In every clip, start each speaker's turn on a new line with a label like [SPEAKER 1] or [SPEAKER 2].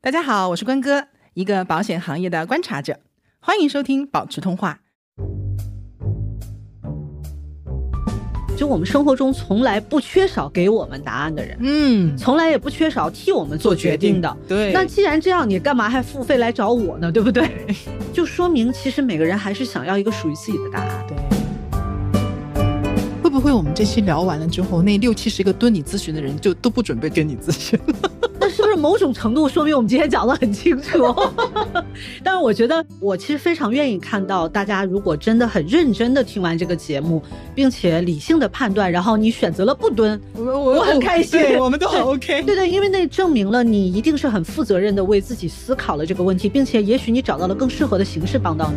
[SPEAKER 1] 大家好，我是关哥，一个保险行业的观察者，欢迎收听保持通话。
[SPEAKER 2] 就我们生活中从来不缺少给我们答案的人，从来也不缺少替我们做决定的。
[SPEAKER 1] 对，
[SPEAKER 2] 那既然这样，你干嘛还付费来找我呢？对不对？就说明其实每个人还是想要一个属于自己的答案。
[SPEAKER 1] 对。会不会我们这期聊完了之后，那60-70个蹲你咨询的人就都不准备跟你咨询了？
[SPEAKER 2] 那是不是某种程度说明我们今天讲得很清楚？但是我觉得我其实非常愿意看到大家如果真的很认真的听完这个节目，并且理性的判断，然后你选择了不蹲，我很开心。
[SPEAKER 1] 对，我们都很 OK。
[SPEAKER 2] 对对，因为那证明了你一定是很负责任的为自己思考了这个问题，并且也许你找到了更适合的形式帮到你。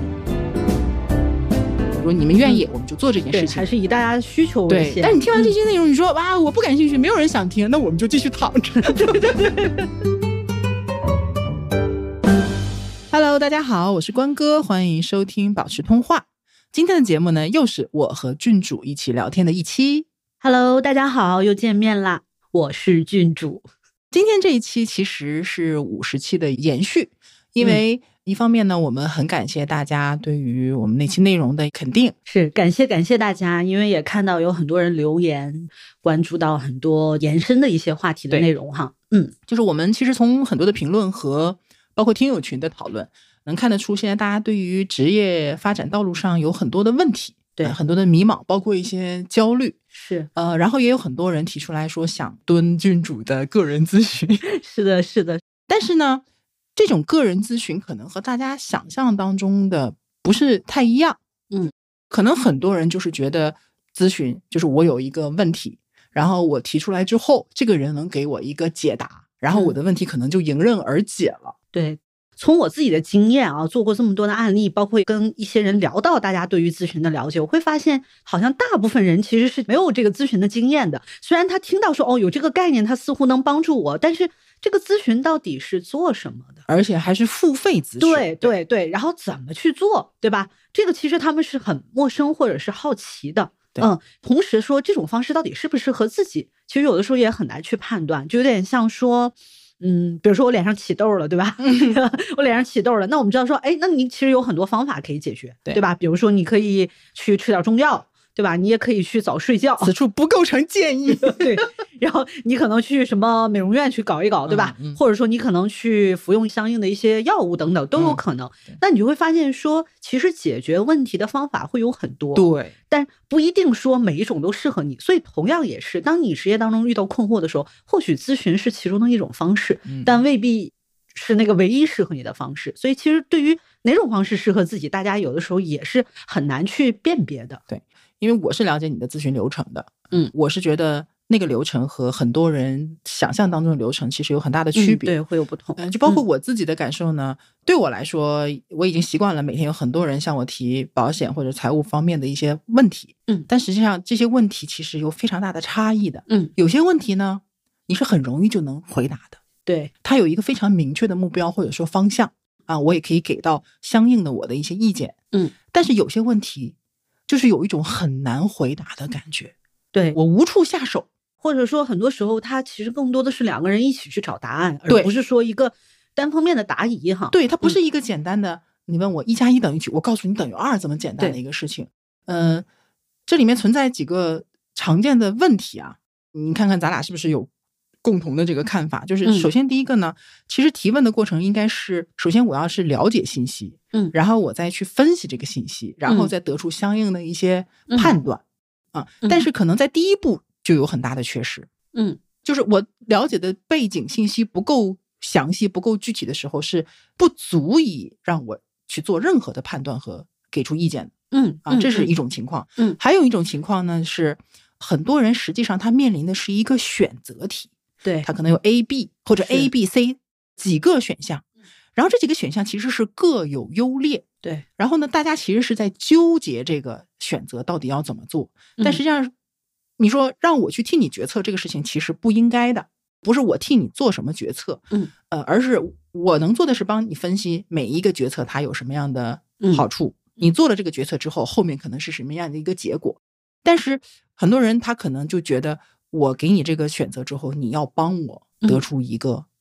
[SPEAKER 1] 如果你们愿意，我们就做这件事情，
[SPEAKER 2] 还是以大家的需求为先。
[SPEAKER 1] 但你听完这些内容，你说哇我不感兴趣，没有人想听，那我们就继续躺着。对对对。Hello， 大家好，我是关哥，欢迎收听保持通话。今天的节目呢，又是我和郡主一起聊天的一期。
[SPEAKER 2] Hello， 大家好，又见面啦，我是郡主。
[SPEAKER 1] 今天这一期其实是50期的延续，因为一方面呢，我们很感谢大家对于我们那期内容的肯定，
[SPEAKER 2] 是感谢大家，因为也看到有很多人留言，关注到很多延伸的一些话题的内容哈。
[SPEAKER 1] 就是我们其实从很多的评论和包括听友群的讨论，能看得出现在大家对于职业发展道路上有很多的问题，
[SPEAKER 2] 对，
[SPEAKER 1] 很多的迷茫，包括一些焦虑，
[SPEAKER 2] 是
[SPEAKER 1] 然后也有很多人提出来说想蹲郡主的个人咨询。
[SPEAKER 2] 是的是的，
[SPEAKER 1] 但是呢这种个人咨询可能和大家想象当中的不是太一样。可能很多人就是觉得咨询就是我有一个问题，然后我提出来之后，这个人能给我一个解答，然后我的问题可能就迎刃而解了。
[SPEAKER 2] 对，从我自己的经验啊，做过这么多的案例，包括跟一些人聊到大家对于咨询的了解，我会发现好像大部分人其实是没有这个咨询的经验的。虽然他听到说有这个概念，他似乎能帮助我，但是这个咨询到底是做什么的？
[SPEAKER 1] 而且还是付费咨询。
[SPEAKER 2] 对对对，然后怎么去做，对吧？这个其实他们是很陌生或者是好奇的。同时说这种方式到底适不适合自己，其实有的时候也很难去判断，就有点像说比如说我脸上起痘了，对吧？我脸上起痘了，那我们知道说那你其实有很多方法可以解决， 对吧？比如说你可以去吃点中药，对吧？你也可以去早睡觉，
[SPEAKER 1] 此处不构成建议。
[SPEAKER 2] 对，然后你可能去什么美容院去搞一搞，对吧？或者说你可能去服用相应的一些药物等等都有可能。那你就会发现说其实解决问题的方法会有很多，
[SPEAKER 1] 对，
[SPEAKER 2] 但不一定说每一种都适合你。所以同样也是当你职业当中遇到困惑的时候，或许咨询是其中的一种方式，但未必是那个唯一适合你的方式。所以其实对于哪种方式适合自己，大家有的时候也是很难去辨别的。
[SPEAKER 1] 对，因为我是了解你的咨询流程的，我是觉得那个流程和很多人想象当中的流程其实有很大的区别，
[SPEAKER 2] 对，会有不同。
[SPEAKER 1] 就包括我自己的感受呢，对我来说，我已经习惯了每天有很多人向我提保险或者财务方面的一些问题，但实际上这些问题其实有非常大的差异的，有些问题呢，你是很容易就能回答的，
[SPEAKER 2] 对，
[SPEAKER 1] 它有一个非常明确的目标或者说方向啊，我也可以给到相应的我的一些意见，但是有些问题就是有一种很难回答的感觉，
[SPEAKER 2] 对，
[SPEAKER 1] 我无处下手，
[SPEAKER 2] 或者说很多时候它其实更多的是两个人一起去找答案，而不是说一个单方面的答疑哈。
[SPEAKER 1] 对，它不是一个简单的，你问我1+1等于几，我告诉你等于2这么简单的一个事情。这里面存在几个常见的问题啊，你看看咱俩是不是有共同的这个看法。就是首先第一个呢，其实提问的过程应该是首先我要是了解信息，然后我再去分析这个信息，然后再得出相应的一些判断但是可能在第一步就有很大的缺失，就是我了解的背景信息不够详细不够具体的时候，是不足以让我去做任何的判断和给出意见的，这是一种情况。还有一种情况呢，是很多人实际上他面临的是一个选择题，
[SPEAKER 2] 对，
[SPEAKER 1] 他可能有 A、B 或者 A、B、C 几个选项，然后这几个选项其实是各有优劣，
[SPEAKER 2] 对，
[SPEAKER 1] 然后呢，大家其实是在纠结这个选择到底要怎么做，但实际上你说让我去替你决策这个事情其实不应该的，不是我替你做什么决策，而是我能做的是帮你分析每一个决策它有什么样的好处，你做了这个决策之后后面可能是什么样的一个结果。但是很多人他可能就觉得我给你这个选择之后，你要帮我得出一个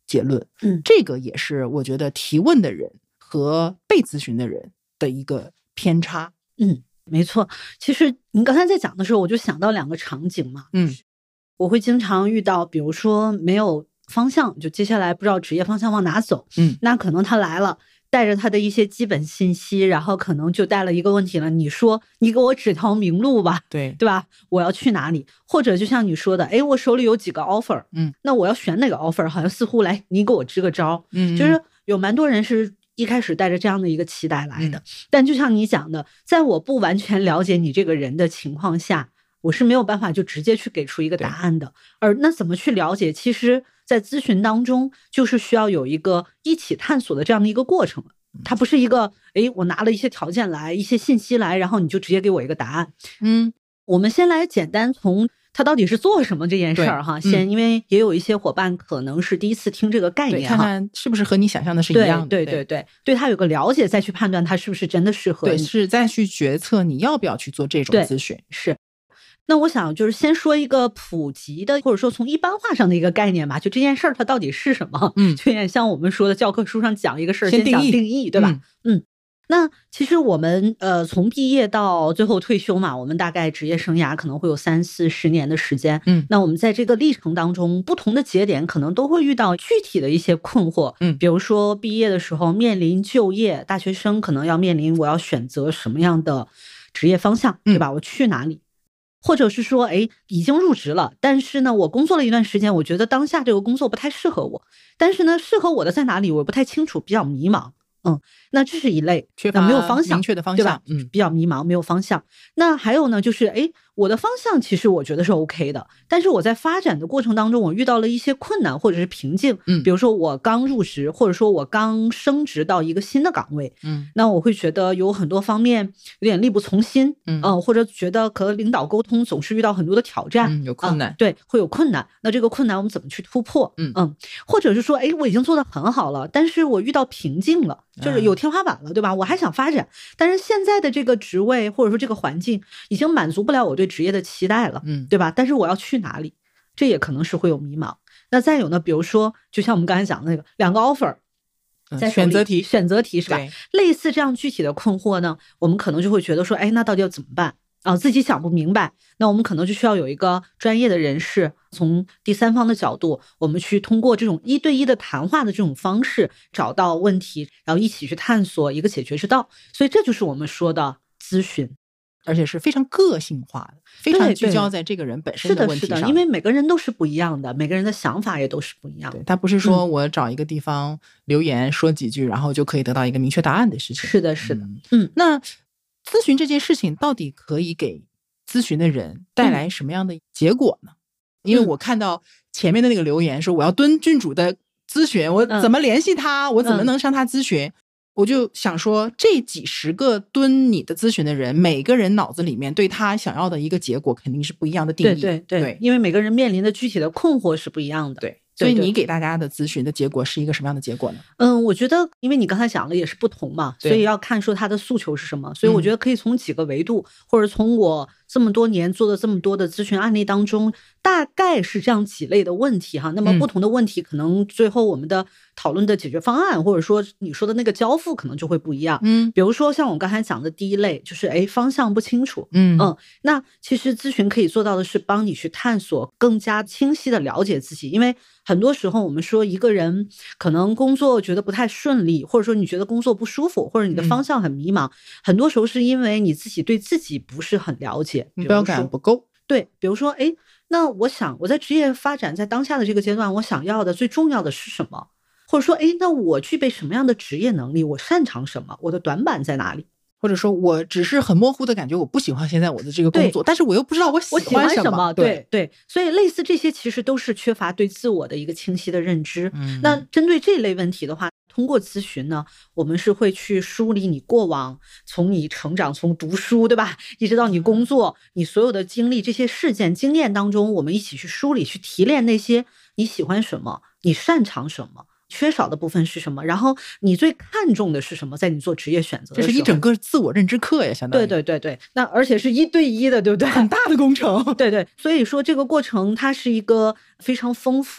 [SPEAKER 1] 结论。这个也是我觉得提问的人和被咨询的人的一个偏差。
[SPEAKER 2] 没错。其实您刚才在讲的时候，我就想到2个场景嘛。我会经常遇到，比如说没有方向，就接下来不知道职业方向往哪走。那可能他来了，带着他的一些基本信息，然后可能就带了一个问题了，你说你给我指条明路吧，对吧？我要去哪里？或者就像你说的，我手里有几个 offer，那我要选哪个 offer， 好像似乎来你给我支个招。就是有蛮多人是一开始带着这样的一个期待来的，但就像你讲的，在我不完全了解你这个人的情况下，我是没有办法就直接去给出一个答案的。而那怎么去了解，其实在咨询当中就是需要有一个一起探索的这样的一个过程。它不是一个我拿了一些条件来，一些信息来，然后你就直接给我一个答案。我们先来简单从他到底是做什么这件事儿哈，因为也有一些伙伴可能是第一次听这个概念，
[SPEAKER 1] 看看是不是和你想象的是一样的。
[SPEAKER 2] 对他有个了解，再去判断他是不是真的适合你，
[SPEAKER 1] 是再去决策你要不要去做这种咨询。
[SPEAKER 2] 是。那我想就是先说一个普及的，或者说从一般化上的一个概念吧，就这件事儿它到底是什么。就有点像我们说的教科书上讲一个事儿，先讲定义，对吧？那其实我们从毕业到最后退休嘛，我们大概职业生涯可能会有30-40年的时间。那我们在这个历程当中，不同的节点可能都会遇到具体的一些困惑。比如说毕业的时候面临就业，大学生可能要面临我要选择什么样的职业方向，对吧？我去哪里？或者是说已经入职了，但是呢我工作了一段时间，我觉得当下这个工作不太适合我，但是呢适合我的在哪里我不太清楚，比较迷茫。那这是一类，
[SPEAKER 1] 缺乏
[SPEAKER 2] 没有方向，
[SPEAKER 1] 明确的方向，
[SPEAKER 2] 对吧？比较迷茫，没有方向。那还有呢，就是我的方向其实我觉得是 OK 的，但是我在发展的过程当中，我遇到了一些困难或者是瓶颈。比如说我刚入职，或者说我刚升职到一个新的岗位，那我会觉得有很多方面有点力不从心，或者觉得和领导沟通总是遇到很多的挑战，
[SPEAKER 1] 有困难，
[SPEAKER 2] 对，会有困难。那这个困难我们怎么去突破？或者是说，我已经做得很好了，但是我遇到瓶颈了。就是有天花板了，对吧？我还想发展，但是现在的这个职位或者说这个环境已经满足不了我对职业的期待了，对吧？但是我要去哪里，这也可能是会有迷茫。那再有呢，比如说就像我们刚才讲的那个2个 offer，在
[SPEAKER 1] 选择
[SPEAKER 2] 题是吧？类似这样具体的困惑呢，我们可能就会觉得说，那到底要怎么办？自己想不明白，那我们可能就需要有一个专业的人士，从第三方的角度，我们去通过这种1对1的谈话的这种方式找到问题，然后一起去探索一个解决之道。所以这就是我们说的咨询，
[SPEAKER 1] 而且是非常个性化的，非常聚焦在这个人本身的问题上。
[SPEAKER 2] 是的，因为每个人都是不一样的，每个人的想法也都是不一样的。
[SPEAKER 1] 他不是说我找一个地方留言说几句，然后就可以得到一个明确答案的事情。
[SPEAKER 2] 是的。
[SPEAKER 1] 那咨询这件事情到底可以给咨询的人带来什么样的结果呢？因为我看到前面的那个留言说我要蹲郡主的咨询，我怎么联系他？我怎么能向他咨询？我就想说，这几十个蹲你的咨询的人，每个人脑子里面对他想要的一个结果肯定是不一样的定义。
[SPEAKER 2] 对，因为每个人面临的具体的困惑是不一样的。
[SPEAKER 1] 对，所以你给大家的咨询的结果是一个什么样的结果呢？
[SPEAKER 2] 我觉得因为你刚才讲的也是不同嘛，所以要看说他的诉求是什么。所以我觉得可以从几个维度，或者从我这么多年做的这么多的咨询案例当中，大概是这样几类的问题哈。那么不同的问题，可能最后我们的讨论的解决方案，或者说你说的那个交付，可能就会不一样。比如说像我刚才讲的第一类，就是方向不清楚。那其实咨询可以做到的是帮你去探索，更加清晰的了解自己。因为很多时候我们说一个人可能工作觉得不太顺利，或者说你觉得工作不舒服，或者你的方向很迷茫，很多时候是因为你自己对自己不是很了解，
[SPEAKER 1] 目标感不够。
[SPEAKER 2] 对，比如说那我在职业发展在当下的这个阶段，我想要的最重要的是什么？或者说那我具备什么样的职业能力？我擅长什么？我的短板在哪里？
[SPEAKER 1] 或者说我只是很模糊的感觉我不喜欢现在我的这个工作，但是我又不知道我喜欢什么。
[SPEAKER 2] 对，所以类似这些其实都是缺乏对自我的一个清晰的认知。那针对这类问题的话，通过咨询呢，我们是会去梳理你过往，从你成长，从读书，对吧，一直到你工作，你所有的经历，这些事件经验当中，我们一起去梳理，去提炼那些你喜欢什么，你擅长什么，缺少的部分是什么，然后你最看重的是什么，在你做职业选择的时候。
[SPEAKER 1] 这是一整个自我认知课呀，相当于。
[SPEAKER 2] 对，那而且是1对1的，对不对？
[SPEAKER 1] 很大的工程。
[SPEAKER 2] 对，所以说这个过程它是一个非常丰富的，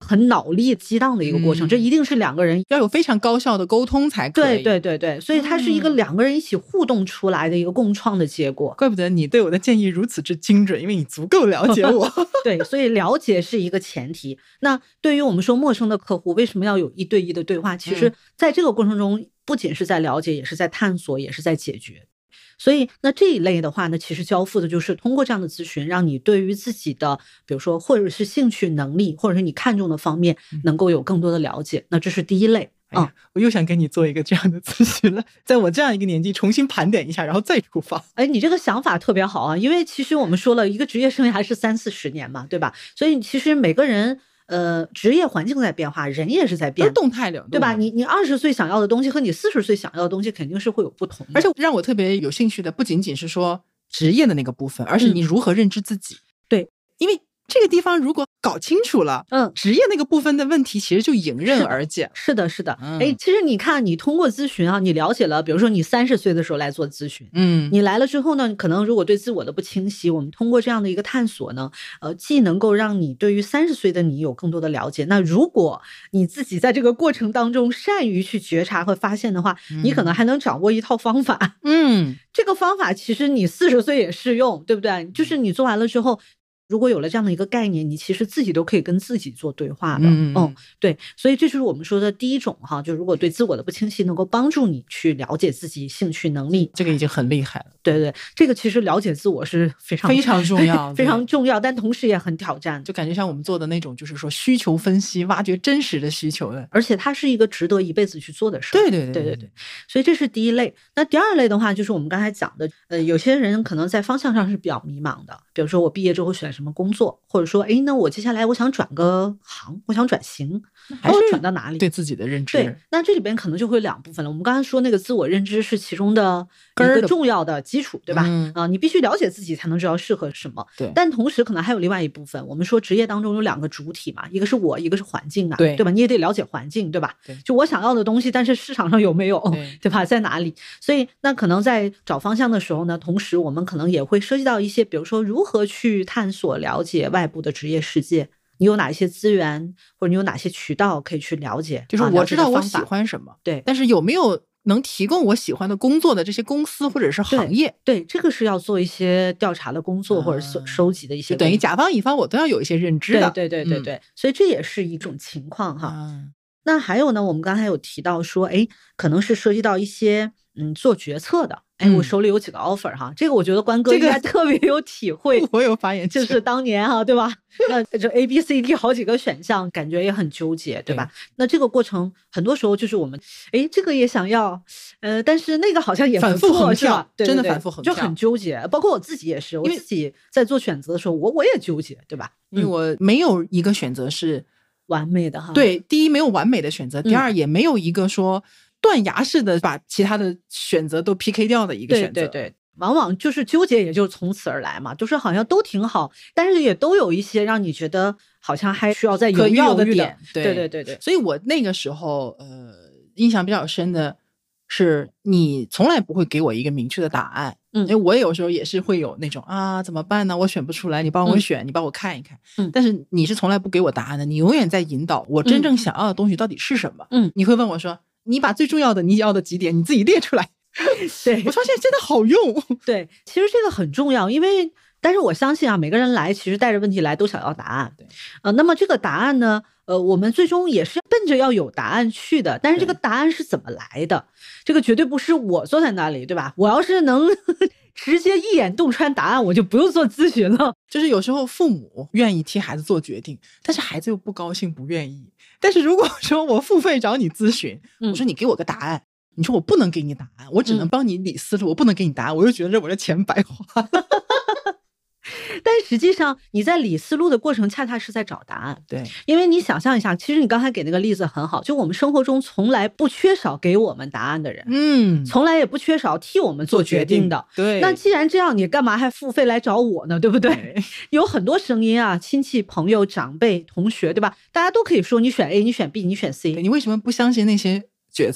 [SPEAKER 2] 很脑力激荡的一个过程，这一定是两个人
[SPEAKER 1] 要有非常高效的沟通才可以。
[SPEAKER 2] 对，所以它是一个两个人一起互动出来的一个共创的结果。
[SPEAKER 1] 怪不得你对我的建议如此之精准，因为你足够了解我。
[SPEAKER 2] 对，所以了解是一个前提。那对于我们说陌生的客户，为什么要有1对1的对话？其实在这个过程中，不仅是在了解，也是在探索，也是在解决。所以那这一类的话呢，其实交付的就是通过这样的咨询，让你对于自己的比如说或者是兴趣能力，或者是你看重的方面能够有更多的了解。那这是第一类。
[SPEAKER 1] 我又想给你做一个这样的咨询了，在我这样一个年纪重新盘点一下，然后再出发。
[SPEAKER 2] 你这个想法特别好啊，因为其实我们说了一个职业生涯是30-40年嘛，对吧？所以其实每个人职业环境在变化，人也是在变，
[SPEAKER 1] 动态流动，
[SPEAKER 2] 对吧？你20岁想要的东西和你40岁想要的东西肯定是会有不同的。
[SPEAKER 1] 而且让我特别有兴趣的不仅仅是说职业的那个部分，而是你如何认知自己。
[SPEAKER 2] 对，
[SPEAKER 1] 因为这个地方如果搞清楚了，职业那个部分的问题其实就迎刃而解。
[SPEAKER 2] 是的。其实你看，你通过咨询啊，你了解了，比如说你30岁的时候来做咨询，你来了之后呢，可能如果对自我的不清晰，我们通过这样的一个探索呢，既能够让你对于30岁的你有更多的了解，那如果你自己在这个过程当中善于去觉察和发现的话，你可能还能掌握一套方法。这个方法其实你40岁也适用，对不对？就是你做完了之后，如果有了这样的一个概念，你其实自己都可以跟自己做对话的。对，所以这就是我们说的第一种哈，就如果对自我的不清晰能够帮助你去了解自己兴趣能力，
[SPEAKER 1] 这个已经很厉害了。
[SPEAKER 2] 对，这个其实了解自我是非常
[SPEAKER 1] 重要
[SPEAKER 2] 非常重要，但同时也很挑战，
[SPEAKER 1] 就感觉像我们做的那种就是说需求分析，挖掘真实的需求的，
[SPEAKER 2] 而且它是一个值得一辈子去做的事。对，所以这是第一类。那第二类的话，就是我们刚才讲的，有些人可能在方向上是比较迷茫的，比如说我毕业之后选什么工作，或者说那我接下来我想转个行，我想转型，还是转到哪里？
[SPEAKER 1] 对自己的认知。
[SPEAKER 2] 对，那这里边可能就会有2部分了。我们刚才说那个自我认知是其中的一个重要的基础，对吧？你必须了解自己才能知道适合什么。
[SPEAKER 1] 对，
[SPEAKER 2] 但同时可能还有另外一部分，我们说职业当中有2个主体嘛，一个是我，一个是环境啊，对吧？你也得了解环境，对吧？
[SPEAKER 1] 对，
[SPEAKER 2] 就我想要的东西，但是市场上有没有，对吧？在哪里？所以那可能在找方向的时候呢，同时我们可能也会涉及到一些，比如说如何去探索了解外部的职业世界，你有哪一些资源，或者你有哪些渠道可以去了解。
[SPEAKER 1] 就是我知道我喜欢什么，
[SPEAKER 2] 对，
[SPEAKER 1] 但是有没有能提供我喜欢的工作的这些公司或者是行业？
[SPEAKER 2] 对，这个是要做一些调查的工作，或者收集的一些，
[SPEAKER 1] 等于甲方乙方我都要有一些认知的。
[SPEAKER 2] 对，所以这也是一种情况哈。那还有呢，我们刚才有提到说，可能是涉及到一些做决策的。我手里有几个 offer 哈，这个我觉得关哥应该特别有体会。
[SPEAKER 1] 我有发言权，
[SPEAKER 2] 就是当年哈，对吧？那就 A、B、C、D 好几个选项，感觉也很纠结，对吧？那这个过程很多时候就是我们这个也想要，但是那个好像也
[SPEAKER 1] 反复横跳，
[SPEAKER 2] 对，
[SPEAKER 1] 真的反复横跳，
[SPEAKER 2] 就很纠结。包括我自己也是，我自己在做选择的时候，我也纠结，对吧？
[SPEAKER 1] 因为我没有一个选择是
[SPEAKER 2] 完美的哈。
[SPEAKER 1] 对，第一没有完美的选择，第二也没有一个说断崖式的把其他的选择都 PK 掉的一个选择。
[SPEAKER 2] 对，往往就是纠结也就从此而来嘛，就是好像都挺好，但是也都有一些让你觉得好像还需要再犹豫
[SPEAKER 1] 的点。
[SPEAKER 2] 对，
[SPEAKER 1] 所以我那个时候印象比较深的是，你从来不会给我一个明确的答案。因为我有时候也是会有那种怎么办呢？我选不出来，你帮我选，你帮我看一看。但是你是从来不给我答案的，你永远在引导我真正想要的东西到底是什么。你会问我说，你把最重要的你要的几点你自己列出来。
[SPEAKER 2] 对，
[SPEAKER 1] 我发现真的好用。
[SPEAKER 2] 对，其实这个很重要，因为但是我相信每个人来其实带着问题来都想要答案。
[SPEAKER 1] 对，
[SPEAKER 2] 那么这个答案呢，我们最终也是奔着要有答案去的，但是这个答案是怎么来的？这个绝对不是我坐在那里，对吧？我要是能直接一眼洞穿答案，我就不用做咨询了。
[SPEAKER 1] 就是有时候父母愿意替孩子做决定，但是孩子又不高兴不愿意。但是如果说我付费找你咨询，我说你给我个答案，你说我不能给你答案，我只能帮你理思路，我不能给你答案，我就觉得我的钱白花了。
[SPEAKER 2] 但实际上你在理思路的过程恰恰是在找答案。
[SPEAKER 1] 对，
[SPEAKER 2] 因为你想象一下，其实你刚才给那个例子很好，就我们生活中从来不缺少给我们答案的人，从来也不缺少替我们做决定的。
[SPEAKER 1] 对，
[SPEAKER 2] 那既然这样，你干嘛还付费来找我呢？对不对？有很多声音啊，亲戚朋友长辈同学，对吧？大家都可以说你选 A 你选 B 你选 C，
[SPEAKER 1] 你为什么不相信那些决策？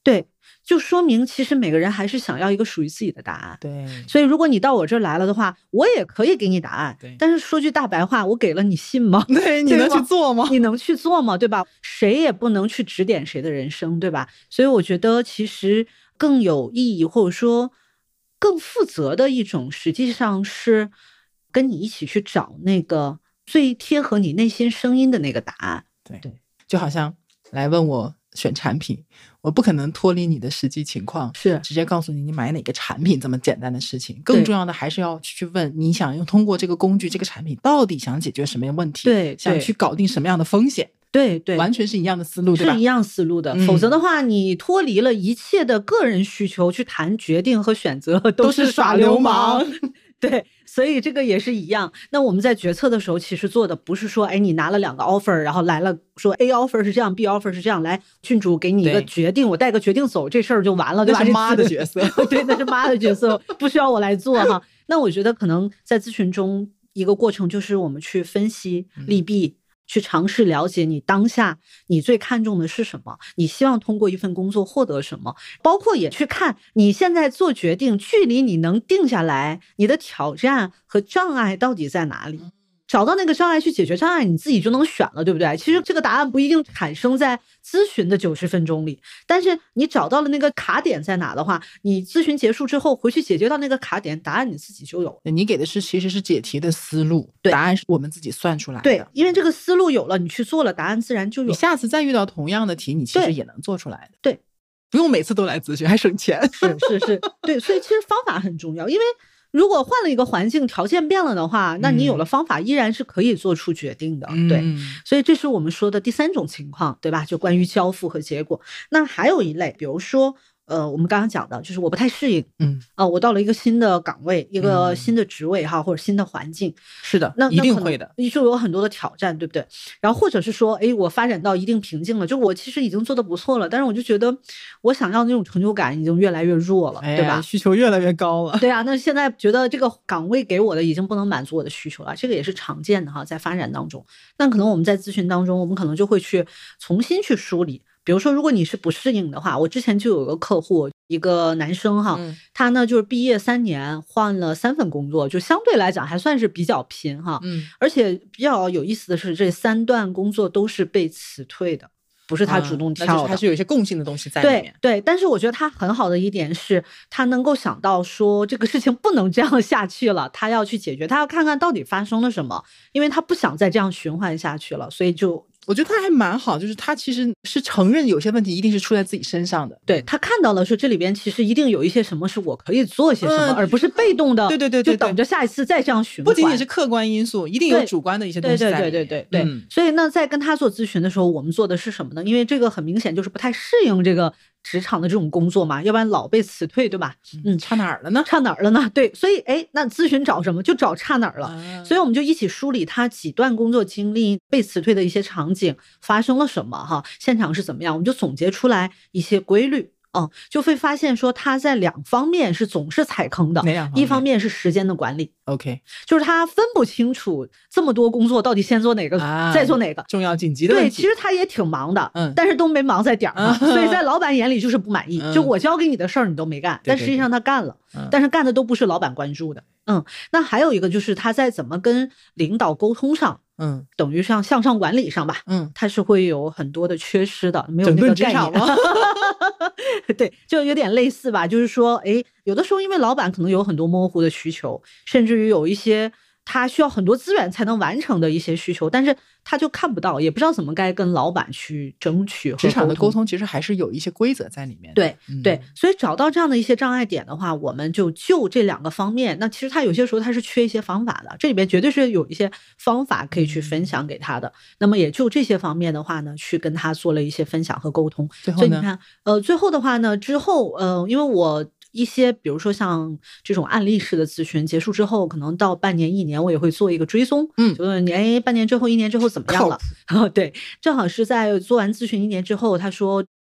[SPEAKER 2] 对，就说明其实每个人还是想要一个属于自己的答案。
[SPEAKER 1] 对，
[SPEAKER 2] 所以如果你到我这儿来了的话，我也可以给你答案。
[SPEAKER 1] 对，
[SPEAKER 2] 但是说句大白话，我给了你信吗？
[SPEAKER 1] 对，你能去做吗？
[SPEAKER 2] 你能去做吗？对吧？谁也不能去指点谁的人生，对吧？所以我觉得其实更有意义，或者说更负责的一种，实际上是跟你一起去找那个最贴合你内心声音的那个答案。
[SPEAKER 1] 对，就好像来问我选产品，我不可能脱离你的实际情况，
[SPEAKER 2] 是
[SPEAKER 1] 直接告诉你买哪个产品这么简单的事情。更重要的还是要去问你想用通过这个工具这个产品到底想解决什么样问题，
[SPEAKER 2] 对，
[SPEAKER 1] 想去搞定什么样的风险。
[SPEAKER 2] 对对，
[SPEAKER 1] 完全是一样的思路，对吧？
[SPEAKER 2] 是一样思路的。否则的话，你脱离了一切的个人需求去谈决定和选择，都是耍流氓。对，所以这个也是一样。那我们在决策的时候，其实做的不是说，哎，你拿了2个 offer， 然后来了说 A offer 是这样 ，B offer 是这样，来郡主给你一个决定，我带个决定走，这事儿就完了，对吧？
[SPEAKER 1] 那是妈的角色，
[SPEAKER 2] 对，那是妈的角色，不需要我来做哈。那我觉得可能在咨询中一个过程就是我们去分析利弊。去尝试了解你当下你最看重的是什么，你希望通过一份工作获得什么，包括也去看你现在做决定距离你能定下来你的挑战和障碍到底在哪里，找到那个障碍去解决障碍，你自己就能选了，对不对？其实这个答案不一定产生在咨询的90分钟里，但是你找到了那个卡点在哪的话，你咨询结束之后回去解决到那个卡点，答案你自己就有。
[SPEAKER 1] 你给的其实是解题的思路，答案是我们自己算出来的。
[SPEAKER 2] 对，因为这个思路有了，你去做了，答案自然就有。
[SPEAKER 1] 你下次再遇到同样的题，你其实也能做出来的。
[SPEAKER 2] 对，
[SPEAKER 1] 不用每次都来咨询，还省钱。
[SPEAKER 2] 是，对，所以其实方法很重要，因为如果换了一个环境，条件变了的话，那你有了方法依然是可以做出决定的。对，所以这是我们说的第3种情况，对吧？就关于交付和结果。那还有一类，比如说我们刚刚讲的就是我不太适应，我到了一个新的岗位，一个新的职位哈，或者新的环境，
[SPEAKER 1] 是的，那一定会的，
[SPEAKER 2] 就有很多的挑战，对不对？然后或者是说，哎，我发展到一定瓶颈了，就我其实已经做得不错了，但是我就觉得我想要那种成就感已经越来越弱了，对吧？
[SPEAKER 1] 需求越来越高了。
[SPEAKER 2] 对啊，那现在觉得这个岗位给我的已经不能满足我的需求了，这个也是常见的哈，在发展当中。那可能我们在咨询当中，我们可能就会去重新去梳理。比如说，如果你是不适应的话，我之前就有个客户，一个男生哈，他呢就是毕业3年换了3份工作，就相对来讲还算是比较拼哈。而且比较有意思的是，这3段工作都是被辞退的，不是他主动跳的，
[SPEAKER 1] 那就是还是有一些共性的东西在里面。
[SPEAKER 2] 对，但是我觉得他很好的一点是，他能够想到说这个事情不能这样下去了，他要去解决，他要看看到底发生了什么，因为他不想再这样循环下去了，所以就。
[SPEAKER 1] 我觉得他还蛮好，就是他其实是承认有些问题一定是出在自己身上的。
[SPEAKER 2] 对，他看到了说这里边其实一定有一些什么是我可以做些什么，而不是被动的。
[SPEAKER 1] 对，
[SPEAKER 2] 就等着下一次再这样循环。
[SPEAKER 1] 不仅仅是客观因素，一定有主观的一些东西在里面。
[SPEAKER 2] 对。所以呢，在跟他做咨询的时候，我们做的是什么呢？因为这个很明显就是不太适应这个职场的这种工作嘛，要不然老被辞退，对吧？
[SPEAKER 1] 差哪儿了呢？
[SPEAKER 2] 差哪儿了呢？对，所以那咨询找什么？就找差哪儿了。所以我们就一起梳理他几段工作经历被辞退的一些场景发生了什么哈，现场是怎么样，我们就总结出来一些规律。就会发现说他在2方面是总是踩坑的。一方面是时间的管理
[SPEAKER 1] ，OK，
[SPEAKER 2] 就是他分不清楚这么多工作到底先做哪个，再做哪个，
[SPEAKER 1] 重要紧急的问题。
[SPEAKER 2] 对，其实他也挺忙的，但是都没忙在点儿上，所以在老板眼里就是不满意。就我交给你的事儿你都没干，但实际上他干了，但是干的都不是老板关注的。那还有一个就是他在怎么跟领导沟通上。等于像向上管理上吧，它是会有很多的缺失的，没有那个概念吗？对，就有点类似吧，就是说，有的时候因为老板可能有很多模糊的需求，甚至于有一些他需要很多资源才能完成的一些需求，但是他就看不到，也不知道怎么该跟老板去争取。
[SPEAKER 1] 职场的沟通其实还是有一些规则在里面的。
[SPEAKER 2] 对，所以找到这样的一些障碍点的话，我们就这2个方面。那其实他有些时候他是缺一些方法的，这里边绝对是有一些方法可以去分享给他的。那么也就这些方面的话呢，去跟他做了一些分享和沟通。所以你看，最后的话呢，之后因为我。一些比如说像这种案例式的咨询结束之后，可能到半年1年我也会做一个追踪，就是半年之后1年之后怎么样了。对，正好是在做完咨询1年之后，他说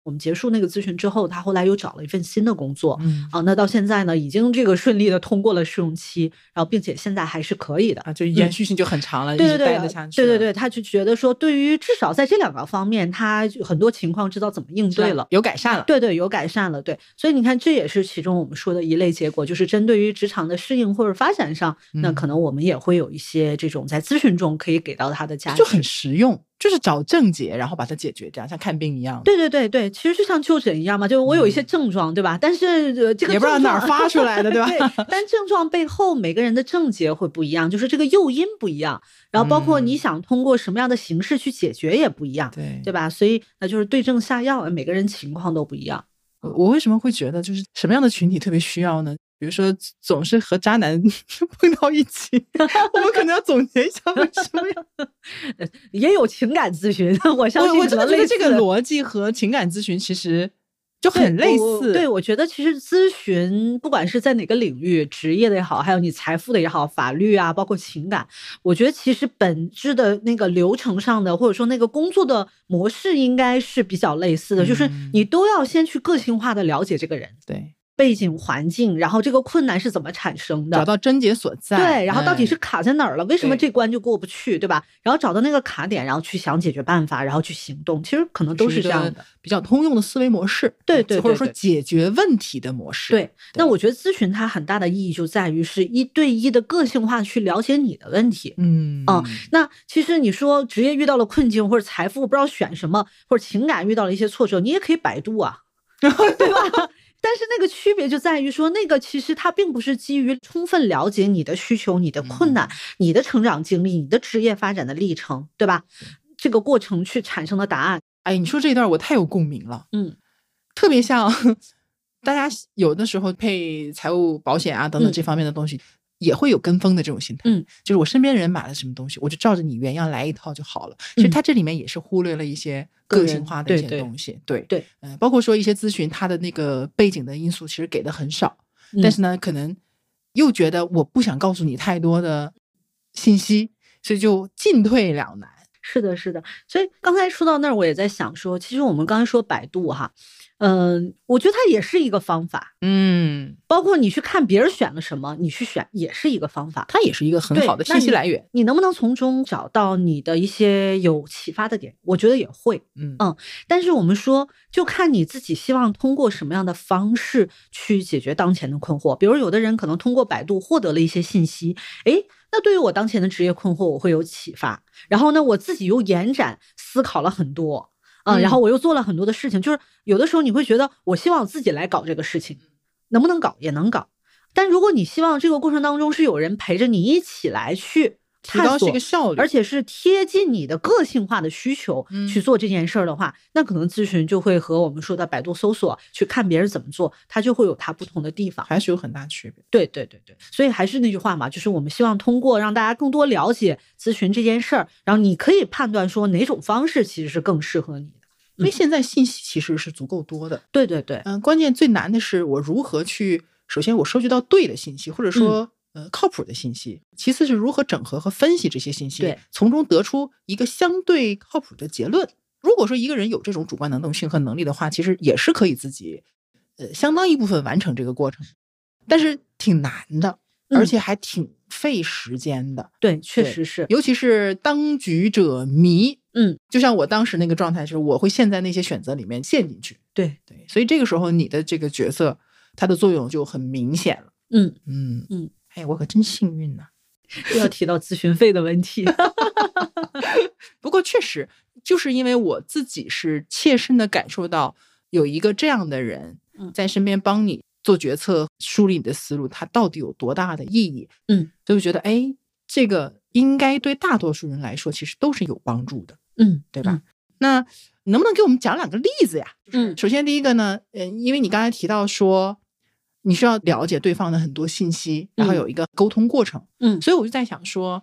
[SPEAKER 2] 我们结束那个咨询之后，他后来又找了一份新的工作，那到现在呢，已经这个顺利的通过了试用期，然后并且现在还是可以的
[SPEAKER 1] 就延续性就很长了，
[SPEAKER 2] 对
[SPEAKER 1] 一直待得下去。
[SPEAKER 2] 对，他就觉得说，对于至少在这2个方面，他很多情况知道怎么应对了，
[SPEAKER 1] 有改善了。
[SPEAKER 2] 对，有改善了。对，所以你看，这也是其中我们说的一类结果，就是针对于职场的适应或者发展上，那可能我们也会有一些这种在咨询中可以给到他的价值，
[SPEAKER 1] 就很实用。就是找症结，然后把它解决掉，像看病一样。
[SPEAKER 2] 对，其实就像就诊一样嘛，就我有一些症状，对吧？但是这个
[SPEAKER 1] 也不知道哪儿发出来的，对吧？
[SPEAKER 2] 对，但症状背后每个人的症结会不一样，就是这个诱因不一样，然后包括你想通过什么样的形式去解决也不一样，对吧？所以那就是对症下药，每个人情况都不一样。
[SPEAKER 1] 我为什么会觉得就是什么样的群体特别需要呢？比如说总是和渣男碰到一起，我们可能要总结一下为什么呀？
[SPEAKER 2] 也有情感咨询，我相信
[SPEAKER 1] 我真的觉得这个逻辑和情感咨询其实就很类似。
[SPEAKER 2] 对，我觉得其实咨询不管是在哪个领域，职业的也好，还有你财富的也好，法律啊，包括情感，我觉得其实本质的那个流程上的，或者说那个工作的模式应该是比较类似的，就是你都要先去个性化的了解这个人。
[SPEAKER 1] 对。
[SPEAKER 2] 背景环境，然后这个困难是怎么产生的，
[SPEAKER 1] 找到症结所在。
[SPEAKER 2] 对，然后到底是卡在哪儿了，为什么这关就过不去，对吧？然后找到那个卡点，然后去想解决办法，然后去行动，其实可能都是这样的，
[SPEAKER 1] 比较通用的思维模式。
[SPEAKER 2] 对，
[SPEAKER 1] 或者说解决问题的模式。
[SPEAKER 2] 对，那我觉得咨询它很大的意义就在于是1对1的个性化去了解你的问题。那其实你说职业遇到了困境，或者财富不知道选什么，或者情感遇到了一些挫折，你也可以百度啊，对吧？但是那个区别就在于说，那个其实它并不是基于充分了解你的需求、你的困难、你的成长经历、你的职业发展的历程，对吧？这个过程去产生的答案。
[SPEAKER 1] 哎，你说这一段我太有共鸣了。特别像大家有的时候配财务保险啊等等这方面的东西，也会有跟风的这种心态。就是我身边人买了什么东西，我就照着你原样来一套就好了。其实它这里面也是忽略了一些个性化的一些东西。对，包括说一些咨询它的那个背景的因素其实给的很少，但是呢可能又觉得我不想告诉你太多的信息，所以就进退两难。
[SPEAKER 2] 是的，所以刚才说到那儿，我也在想说，其实我们刚才说百度哈，我觉得它也是一个方法。包括你去看别人选了什么，你去选也是一个方法，
[SPEAKER 1] 它也是一个很好的信息来源。
[SPEAKER 2] 你能不能从中找到你的一些有启发的点？我觉得也会。但是我们说，就看你自己希望通过什么样的方式去解决当前的困惑。比如有的人可能通过百度获得了一些信息，那对于我当前的职业困惑我会有启发，然后呢我自己又延展思考了很多然后我又做了很多的事情。就是有的时候你会觉得我希望自己来搞这个事情，能不能搞也能搞，但如果你希望这个过程当中是有人陪着你一起来去
[SPEAKER 1] 提高这个效率，
[SPEAKER 2] 而且是贴近你的个性化的需求去做这件事儿的话，那可能咨询就会和我们说的百度搜索去看别人怎么做，它就会有它不同的地方，
[SPEAKER 1] 还是有很大区别。
[SPEAKER 2] 对，所以还是那句话嘛，就是我们希望通过让大家更多了解咨询这件事儿，然后你可以判断说哪种方式其实是更适合你的。
[SPEAKER 1] 因为现在信息其实是足够多的。
[SPEAKER 2] 对，
[SPEAKER 1] 关键最难的是我如何去，首先我收集到对的信息，或者说靠谱的信息，其次是如何整合和分析这些信息，
[SPEAKER 2] 对，
[SPEAKER 1] 从中得出一个相对靠谱的结论。如果说一个人有这种主观能动性和能力的话，其实也是可以自己相当一部分完成这个过程，但是挺难的，而且还挺费时间的。
[SPEAKER 2] 对，确实是，
[SPEAKER 1] 尤其是当局者迷。就像我当时那个状态是，我会陷在那些选择里面陷进去。对，所以这个时候你的这个角色它的作用就很明显了。哎，我可真幸运呢。
[SPEAKER 2] 又要提到咨询费的问题。
[SPEAKER 1] 不过确实就是因为我自己是切身的感受到有一个这样的人在身边帮你做决策，梳理你的思路，它到底有多大的意义。所以觉得哎，这个应该对大多数人来说其实都是有帮助的。对吧？那能不能给我们讲2个例子呀？首先第一个呢，因为你刚才提到说你需要了解对方的很多信息，然后有一个沟通过程。所以我就在想说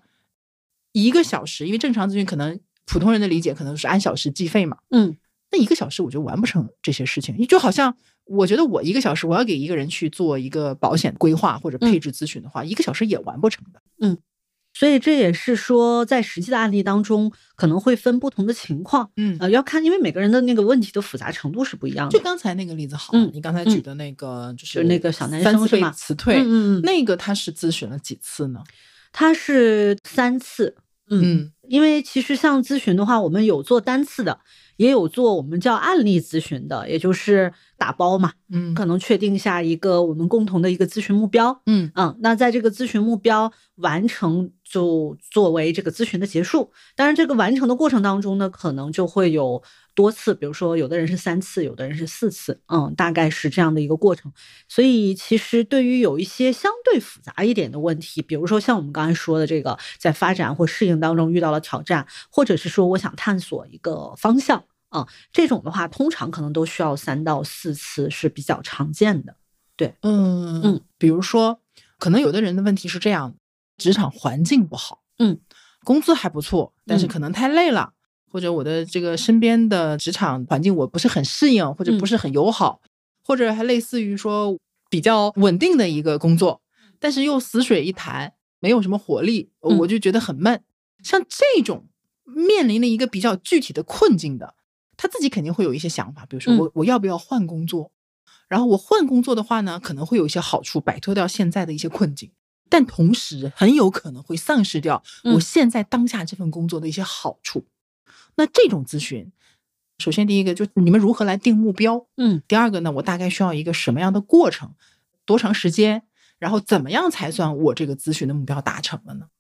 [SPEAKER 1] 1个小时，因为正常咨询可能普通人的理解可能是按小时计费嘛。那1个小时我就完不成这些事情。就好像我觉得我1个小时我要给一个人去做一个保险规划或者配置咨询的话，1个小时也完不成的。
[SPEAKER 2] 所以这也是说在实际的案例当中可能会分不同的情况，要看，因为每个人的那个问题的复杂程度是不一样的。
[SPEAKER 1] 就刚才那个例子好，你刚才举的那个就是
[SPEAKER 2] 那个小男生是吗？
[SPEAKER 1] 辞退，那个他是咨询了几次呢？
[SPEAKER 2] 他是3次。因为其实像咨询的话，我们有做单次的，也有做我们叫案例咨询的，也就是打包嘛，可能确定下一个我们共同的一个咨询目标，那在这个咨询目标完成就作为这个咨询的结束。当然这个完成的过程当中呢，可能就会有多次，比如说有的人是3次，有的人是4次，大概是这样的一个过程。所以其实对于有一些相对复杂一点的问题，比如说像我们刚才说的这个在发展或适应当中遇到了挑战，或者是说我想探索一个方向，这种的话通常可能都需要3到4次是比较常见的。对，
[SPEAKER 1] 比如说可能有的人的问题是这样的，职场环境不好，工资还不错，但是可能太累了，或者我的这个身边的职场环境我不是很适应，或者不是很友好，或者还类似于说比较稳定的一个工作，但是又死水一潭，没有什么活力，我就觉得很闷。像这种面临了一个比较具体的困境的，他自己肯定会有一些想法，比如说我要不要换工作，然后我换工作的话呢，可能会有一些好处，摆脱掉现在的一些困境，但同时很有可能会丧失掉我现在当下这份工作的一些好处。那这种咨询，首先第一个就你们如何来定目标，第二个呢，我大概需要一个什么样的过程，多长时间，然后怎么样才算我这个咨询的目标达成了呢？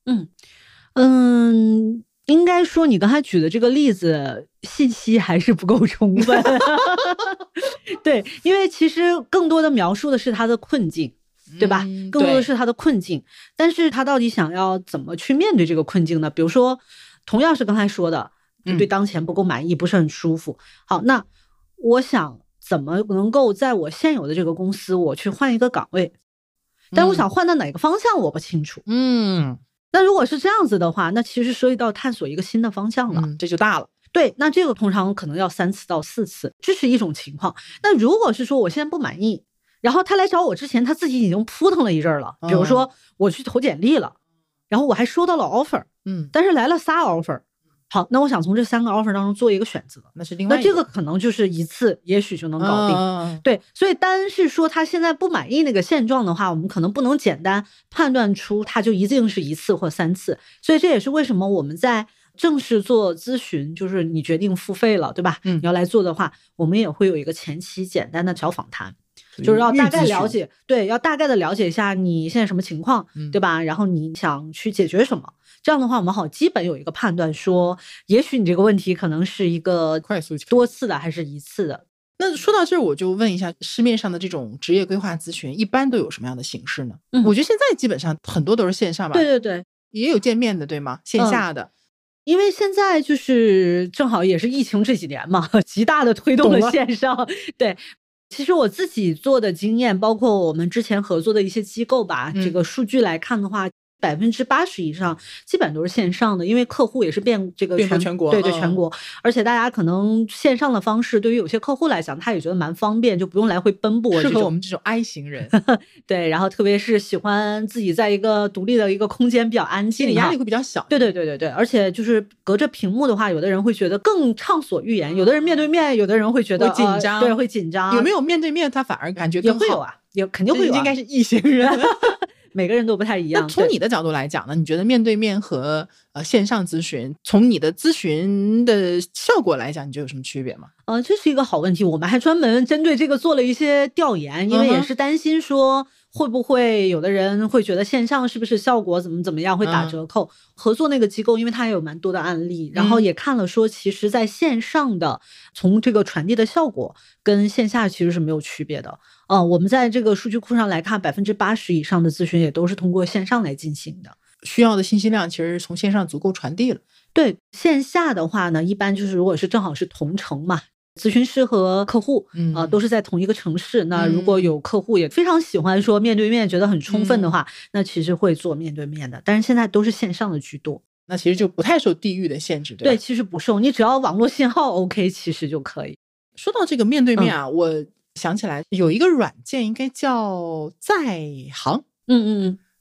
[SPEAKER 2] 应该说你刚才举的这个例子信息还是不够充分对，因为其实更多的描述的是他的困境，对吧？更多的是他的困境，但是他到底想要怎么去面对这个困境呢？比如说同样是刚才说的对当前不够满意，不是很舒服，好，那我想怎么能够在我现有的这个公司我去换一个岗位，但我想换到哪个方向我不清楚，那如果是这样子的话，那其实涉及到探索一个新的方向了，
[SPEAKER 1] 这就大了。
[SPEAKER 2] 对，那这个通常可能要3次到4次，这是一种情况。那如果是说我现在不满意，然后他来找我之前他自己已经扑腾了一阵了，比如说我去投简历了，然后我还收到了 offer，但是来了3 offer，好，那我想从这3个 offer 当中做一个选择，
[SPEAKER 1] 那是另外一个，
[SPEAKER 2] 那这个可能就是一次也许就能搞定，对，所以单是说他现在不满意那个现状的话，我们可能不能简单判断出他就一定是1次或3次，所以这也是为什么我们在正式做咨询，就是你决定付费了，对吧？你要来做的话，我们也会有一个前期简单的小访谈，就是要大概了解，对，要大概的了解一下你现在什么情况，对吧？然后你想去解决什么，这样的话我们好基本有一个判断说，也许你这个问题可能是一个
[SPEAKER 1] 快速
[SPEAKER 2] 多次的还是1次的。
[SPEAKER 1] 那说到这儿，我就问一下，市面上的这种职业规划咨询一般都有什么样的形式呢？我觉得现在基本上很多都是线上吧，
[SPEAKER 2] 对对对，
[SPEAKER 1] 也有见面的，对吗？线下的。
[SPEAKER 2] 因为现在就是正好也是疫情这几年嘛，极大的推动了线上。对，其实我自己做的经验，包括我们之前合作的一些机构吧，这个数据来看的话，80%以上基本都是线上的，因为客户也是遍
[SPEAKER 1] 全国，
[SPEAKER 2] 对对，全国，而且大家可能线上的方式对于有些客户来讲，他也觉得蛮方便，就不用来回奔波，
[SPEAKER 1] 适合我们这种 I 型人。
[SPEAKER 2] 对，然后特别是喜欢自己在一个独立的一个空间比较安静，
[SPEAKER 1] 心理压力会比较小。
[SPEAKER 2] 对对对对对，而且就是隔着屏幕的话，有的人会觉得更畅所欲言，有的人面对面，有的人会觉得
[SPEAKER 1] 紧张，
[SPEAKER 2] 对，会紧张。
[SPEAKER 1] 有没有面对面他反而感觉更好？
[SPEAKER 2] 也会有啊，也肯定会有，
[SPEAKER 1] 应该是异型人。
[SPEAKER 2] 每个人都不太一样。
[SPEAKER 1] 那从你的角度来讲呢，你觉得面对面和线上咨询，从你的咨询的效果来讲，你觉得有什么区别吗？
[SPEAKER 2] 这是一个好问题，我们还专门针对这个做了一些调研，因为也是担心说会不会有的人会觉得线上是不是效果怎么样会打折扣。合作那个机构因为它也有蛮多的案例，然后也看了说其实在线上的从这个传递的效果跟线下其实是没有区别的。我们在这个数据库上来看，80%以上的咨询也都是通过线上来进行的，
[SPEAKER 1] 需要的信息量其实从线上足够传递了。
[SPEAKER 2] 对，线下的话呢，一般就是如果是正好是同城嘛，咨询师和客户都是在同一个城市，那如果有客户也非常喜欢说面对面觉得很充分的话，那其实会做面对面的，但是现在都是线上的居多，
[SPEAKER 1] 那其实就不太受地域的限制，对吧？
[SPEAKER 2] 对，其实不受，你只要网络信号 OK 其实就可以。
[SPEAKER 1] 说到这个面对面啊，我想起来有一个软件应该叫在行，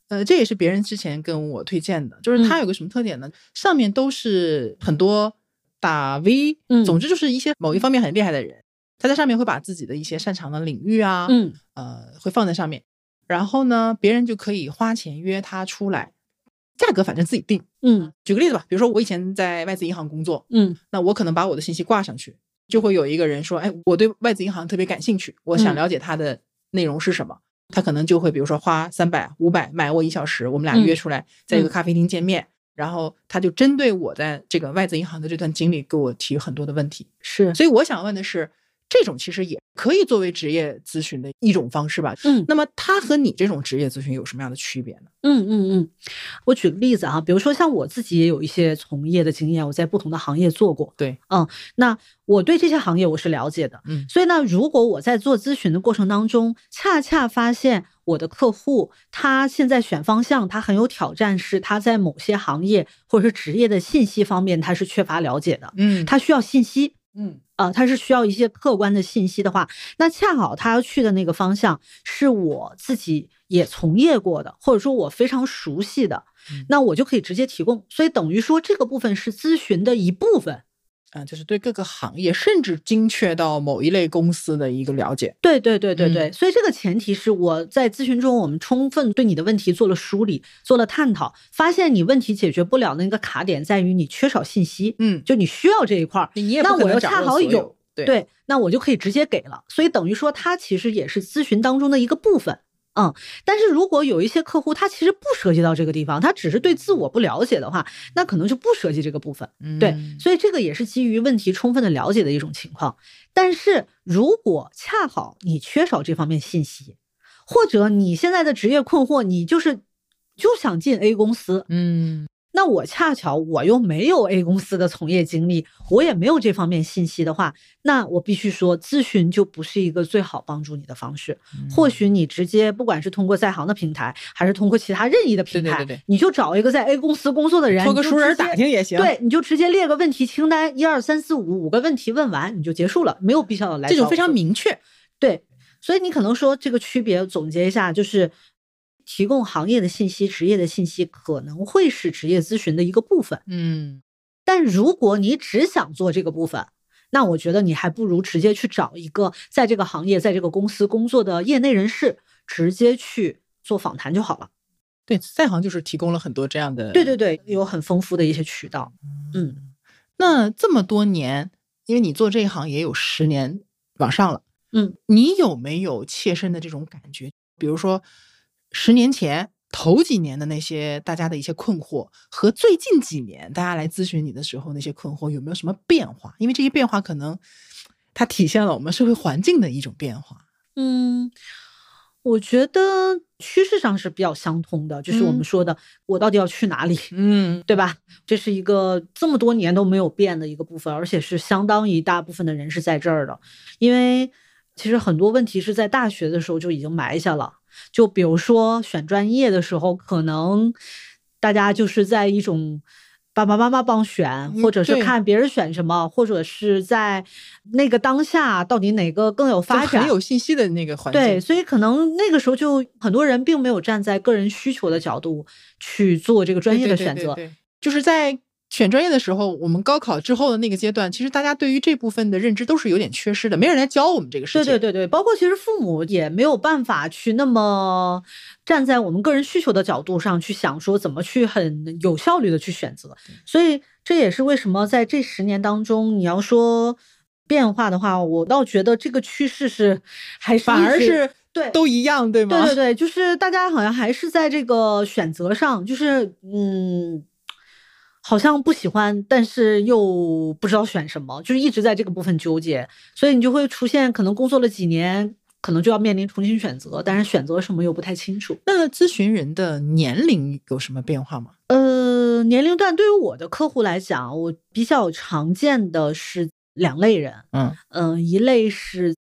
[SPEAKER 1] 这也是别人之前跟我推荐的，就是它有个什么特点呢？上面都是很多打 V，总之就是一些某一方面很厉害的人，他在上面会把自己的一些擅长的领域啊，会放在上面，然后呢，别人就可以花钱约他出来，价格反正自己定。举个例子吧，比如说我以前在外资银行工作，那我可能把我的信息挂上去，就会有一个人说，哎，我对外资银行特别感兴趣，我想了解它的内容是什么。他可能就会比如说花300、500买我1小时，我们俩约出来在一个咖啡厅见面，然后他就针对我在这个外资银行的这段经历给我提很多的问题。
[SPEAKER 2] 是，
[SPEAKER 1] 所以我想问的是，这种其实也可以作为职业咨询的一种方式吧。那么它和你这种职业咨询有什么样的区别呢？
[SPEAKER 2] 我举个例子啊，比如说像我自己也有一些从业的经验，我在不同的行业做过。
[SPEAKER 1] 对，
[SPEAKER 2] 那我对这些行业我是了解的。所以呢，如果我在做咨询的过程当中，恰恰发现我的客户他现在选方向他很有挑战，是他在某些行业或者是职业的信息方面他是缺乏了解的。他需要信息。他是需要一些客观的信息的话，那恰好他要去的那个方向是我自己也从业过的，或者说我非常熟悉的，那我就可以直接提供。所以等于说这个部分是咨询的一部分。
[SPEAKER 1] 就是对各个行业甚至精确到某一类公司的一个了解。
[SPEAKER 2] 对，所以这个前提是我在咨询中我们充分对你的问题做了梳理，做了探讨，发现你问题解决不了的那个卡点在于你缺少信息。就你需要这一块，
[SPEAKER 1] 你也不可能掌握所有。
[SPEAKER 2] 那我又恰好有。对，那我就可以直接给了。所以等于说它其实也是咨询当中的一个部分。但是如果有一些客户他其实不涉及到这个地方，他只是对自我不了解的话，那可能就不涉及这个部分。对，所以这个也是基于问题充分的了解的一种情况。但是如果恰好你缺少这方面信息，或者你现在的职业困惑，你就想进 A 公司，那我恰巧我又没有 A 公司的从业经历，我也没有这方面信息的话，那我必须说咨询就不是一个最好帮助你的方式。或许你直接不管是通过在行的平台还是通过其他任意的平台，你就找一个在 A 公司工作的人，
[SPEAKER 1] 托个熟人打听也行。
[SPEAKER 2] 对，你就直接列个问题清单，1、2、3、4、5个问题问完你就结束了，没有必要来。
[SPEAKER 1] 这种非常明确。
[SPEAKER 2] 对，所以你可能说这个区别总结一下，就是提供行业的信息、职业的信息可能会是职业咨询的一个部分。但如果你只想做这个部分，那我觉得你还不如直接去找一个在这个行业、在这个公司工作的业内人士，直接去做访谈就好了。
[SPEAKER 1] 对，在行就是提供了很多这样的。
[SPEAKER 2] 对，有很丰富的一些渠道。
[SPEAKER 1] 那这么多年，因为你做这一行也有10年往上了，你有没有切身的这种感觉？比如说10年前头几年的那些大家的一些困惑，和最近几年大家来咨询你的时候那些困惑有没有什么变化？因为这些变化可能它体现了我们社会环境的一种变化。
[SPEAKER 2] 我觉得趋势上是比较相通的，就是我们说的我到底要去哪里，对吧？这是一个这么多年都没有变的一个部分，而且是相当一大部分的人是在这儿的。因为其实很多问题是在大学的时候就已经埋下了，就比如说选专业的时候，可能大家就是在一种爸爸妈妈帮选，或者是看别人选什么，或者是在那个当下到底哪个更有发展，
[SPEAKER 1] 很有信息的那个环境。
[SPEAKER 2] 对，所以可能那个时候就很多人并没有站在个人需求的角度去做这个专业的选择。
[SPEAKER 1] 对，就是在选专业的时候，我们高考之后的那个阶段，其实大家对于这部分的认知都是有点缺失的，没人来教我们这个事情。
[SPEAKER 2] 对，包括其实父母也没有办法去那么站在我们个人需求的角度上去想说怎么去很有效率的去选择。所以这也是为什么在这10年当中，你要说变化的话，我倒觉得这个趋势是还是
[SPEAKER 1] 反而是
[SPEAKER 2] 对
[SPEAKER 1] 都一样，对吗？
[SPEAKER 2] 对，就是大家好像还是在这个选择上，就是好像不喜欢，但是又不知道选什么，就是一直在这个部分纠结，所以你就会出现可能工作了几年，可能就要面临重新选择，但是选择什么又不太清楚。
[SPEAKER 1] 那咨询人的年龄有什么变化吗？
[SPEAKER 2] 年龄段对于我的客户来讲，我比较常见的是2类人。一类是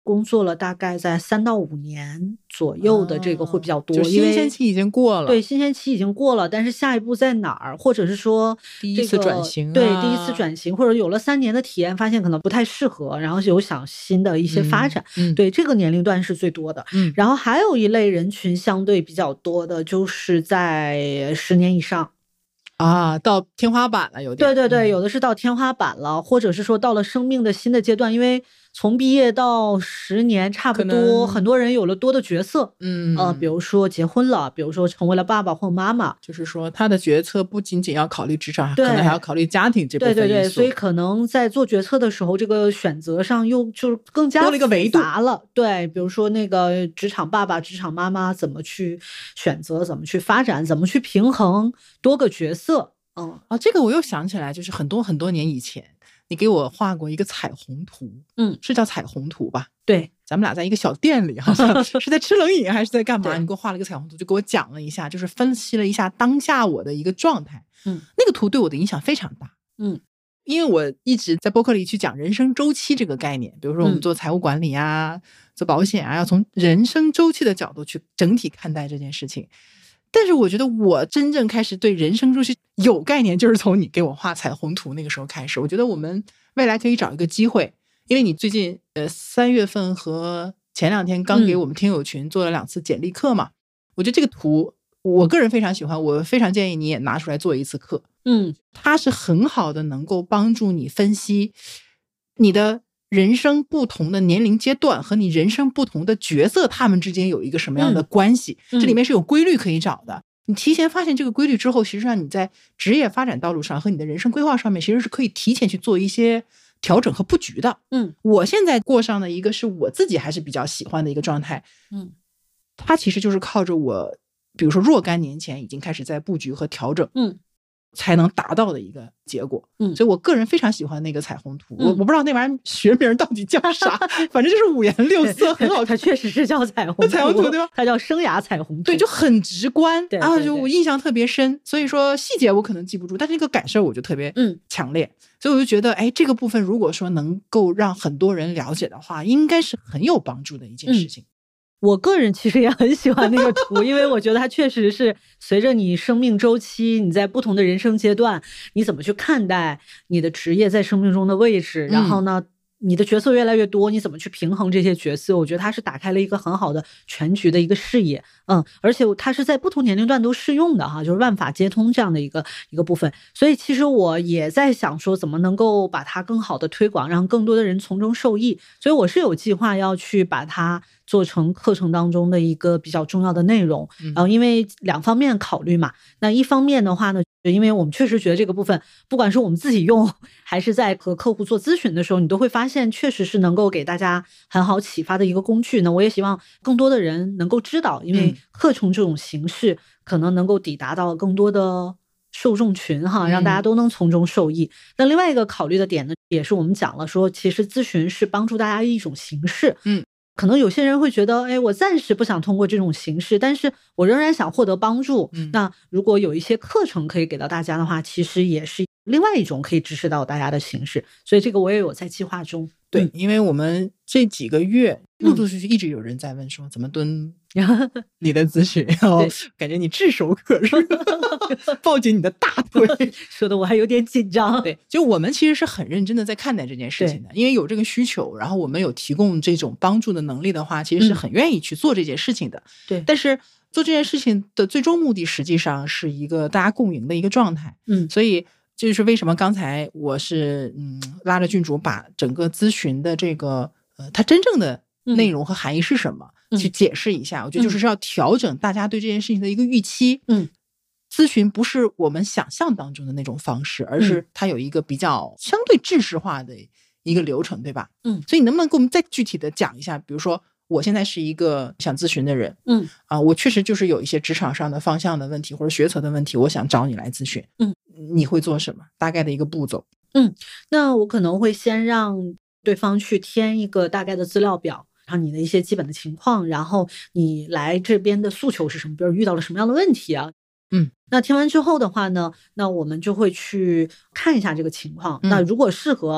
[SPEAKER 2] 工作了大概在3到5年左右的这个会比较多，
[SPEAKER 1] 就新鲜期已经过了。
[SPEAKER 2] 对，新鲜期已经过了，但是下一步在哪儿，或者是说
[SPEAKER 1] 第一次转型
[SPEAKER 2] 对，第一次转型，或者有了3年的体验，发现可能不太适合，然后有想新的一些发展。对，这个年龄段是最多的。然后还有一类人群相对比较多的，就是在10年以上。
[SPEAKER 1] 啊，到天花板了有点。
[SPEAKER 2] 对，有的是到天花板了，或者是说到了生命的新的阶段，因为从毕业到10年差不多，很多人有了多的角色，比如说结婚了，比如说成为了爸爸或妈妈，
[SPEAKER 1] 就是说他的决策不仅仅要考虑职场，可能还要考虑家庭这部分因素。
[SPEAKER 2] 对，所以可能在做决策的时候，这个选择上又就更加
[SPEAKER 1] 多了一个维度
[SPEAKER 2] 了。对，比如说那个职场爸爸、职场妈妈怎么去选择，怎么去发展，怎么去平衡多个角色。
[SPEAKER 1] 这个我又想起来，就是很多年以前，你给我画过一个彩虹图，是叫彩虹图吧？
[SPEAKER 2] 对，
[SPEAKER 1] 咱们俩在一个小店里，好像是在吃冷饮还是在干嘛？你给我画了一个彩虹图，就给我讲了一下，就是分析了一下当下我的一个状态。那个图对我的影响非常大。因为我一直在播客里去讲人生周期这个概念，比如说我们做财务管理啊，做保险啊，要从人生周期的角度去整体看待这件事情。但是我觉得我真正开始对人生周期有概念，就是从你给我画彩虹图那个时候开始。我觉得我们未来可以找一个机会，因为你最近3月份和前2天刚给我们听友群做了2次简历课嘛，我觉得这个图我个人非常喜欢，我非常建议你也拿出来做一次课。它是很好的能够帮助你分析你的人生不同的年龄阶段和你人生不同的角色，他们之间有一个什么样的关系，这里面是有规律可以找的。你提前发现这个规律之后，实际上你在职业发展道路上和你的人生规划上面，其实是可以提前去做一些调整和布局的。我现在过上的一个是我自己还是比较喜欢的一个状态。它其实就是靠着我比如说若干年前已经开始在布局和调整，才能达到的一个结果。所以我个人非常喜欢那个彩虹图。我不知道那玩意儿学名到底叫啥，反正就是5颜6色，很好看。
[SPEAKER 2] 它确实是叫彩虹图，
[SPEAKER 1] 彩虹图对吧？
[SPEAKER 2] 它叫生涯彩虹图，
[SPEAKER 1] 对，就很直观。
[SPEAKER 2] 对，
[SPEAKER 1] 就我印象特别深。所以说细节我可能记不住，但是这个感受我就特别强烈。所以我就觉得，这个部分如果说能够让很多人了解的话，应该是很有帮助的一件事情。
[SPEAKER 2] 我个人其实也很喜欢那个图，因为我觉得它确实是随着你生命周期，你在不同的人生阶段，你怎么去看待你的职业在生命中的位置，然后呢，你的角色越来越多，你怎么去平衡这些角色？我觉得它是打开了一个很好的全局的一个视野。而且它是在不同年龄段都适用的哈，就是万法皆通这样的一个部分。所以其实我也在想说，怎么能够把它更好的推广，让更多的人从中受益。所以我是有计划要去把它做成课程当中的一个比较重要的内容。然后因为2方面考虑嘛，那一方面的话呢，因为我们确实觉得这个部分，不管是我们自己用，还是在和客户做咨询的时候，你都会发现确实是能够给大家很好启发的一个工具。那我也希望更多的人能够知道，因为课程这种形式可能能够抵达到更多的受众群哈，让大家都能从中受益。那另外一个考虑的点呢，也是我们讲了说，其实咨询是帮助大家一种形式。可能有些人会觉得，我暂时不想通过这种形式，但是我仍然想获得帮助。那如果有一些课程可以给到大家的话，其实也是另外一种可以支持到大家的形式。所以这个我也有在计划中。
[SPEAKER 1] 对，因为我们这几个月陆陆续续一直有人在问说怎么蹲你的咨询，然后感觉你炙手可热，抱紧你的大腿，
[SPEAKER 2] 说的我还有点紧张。
[SPEAKER 1] 对，就我们其实是很认真的在看待这件事情的，因为有这个需求，然后我们有提供这种帮助的能力的话，其实是很愿意去做这件事情的。
[SPEAKER 2] 对，
[SPEAKER 1] 但是做这件事情的最终目的实际上是一个大家共赢的一个状态。所以这就是为什么刚才我是拉着郡主把整个咨询的这个它真正的内容和含义是什么去解释一下。我觉得就是要调整大家对这件事情的一个预期。咨询不是我们想象当中的那种方式，而是它有一个比较相对制式化的一个流程，对吧？所以你能不能给我们再具体的讲一下，比如说我现在是一个想咨询的人，我确实就是有一些职场上的方向的问题或者决策的问题，我想找你来咨询。你会做什么？大概的一个步骤。
[SPEAKER 2] 那我可能会先让对方去填一个大概的资料表，然后你的一些基本的情况，然后你来这边的诉求是什么，比如遇到了什么样的问题啊。那填完之后的话呢，那我们就会去看一下这个情况。那如果适合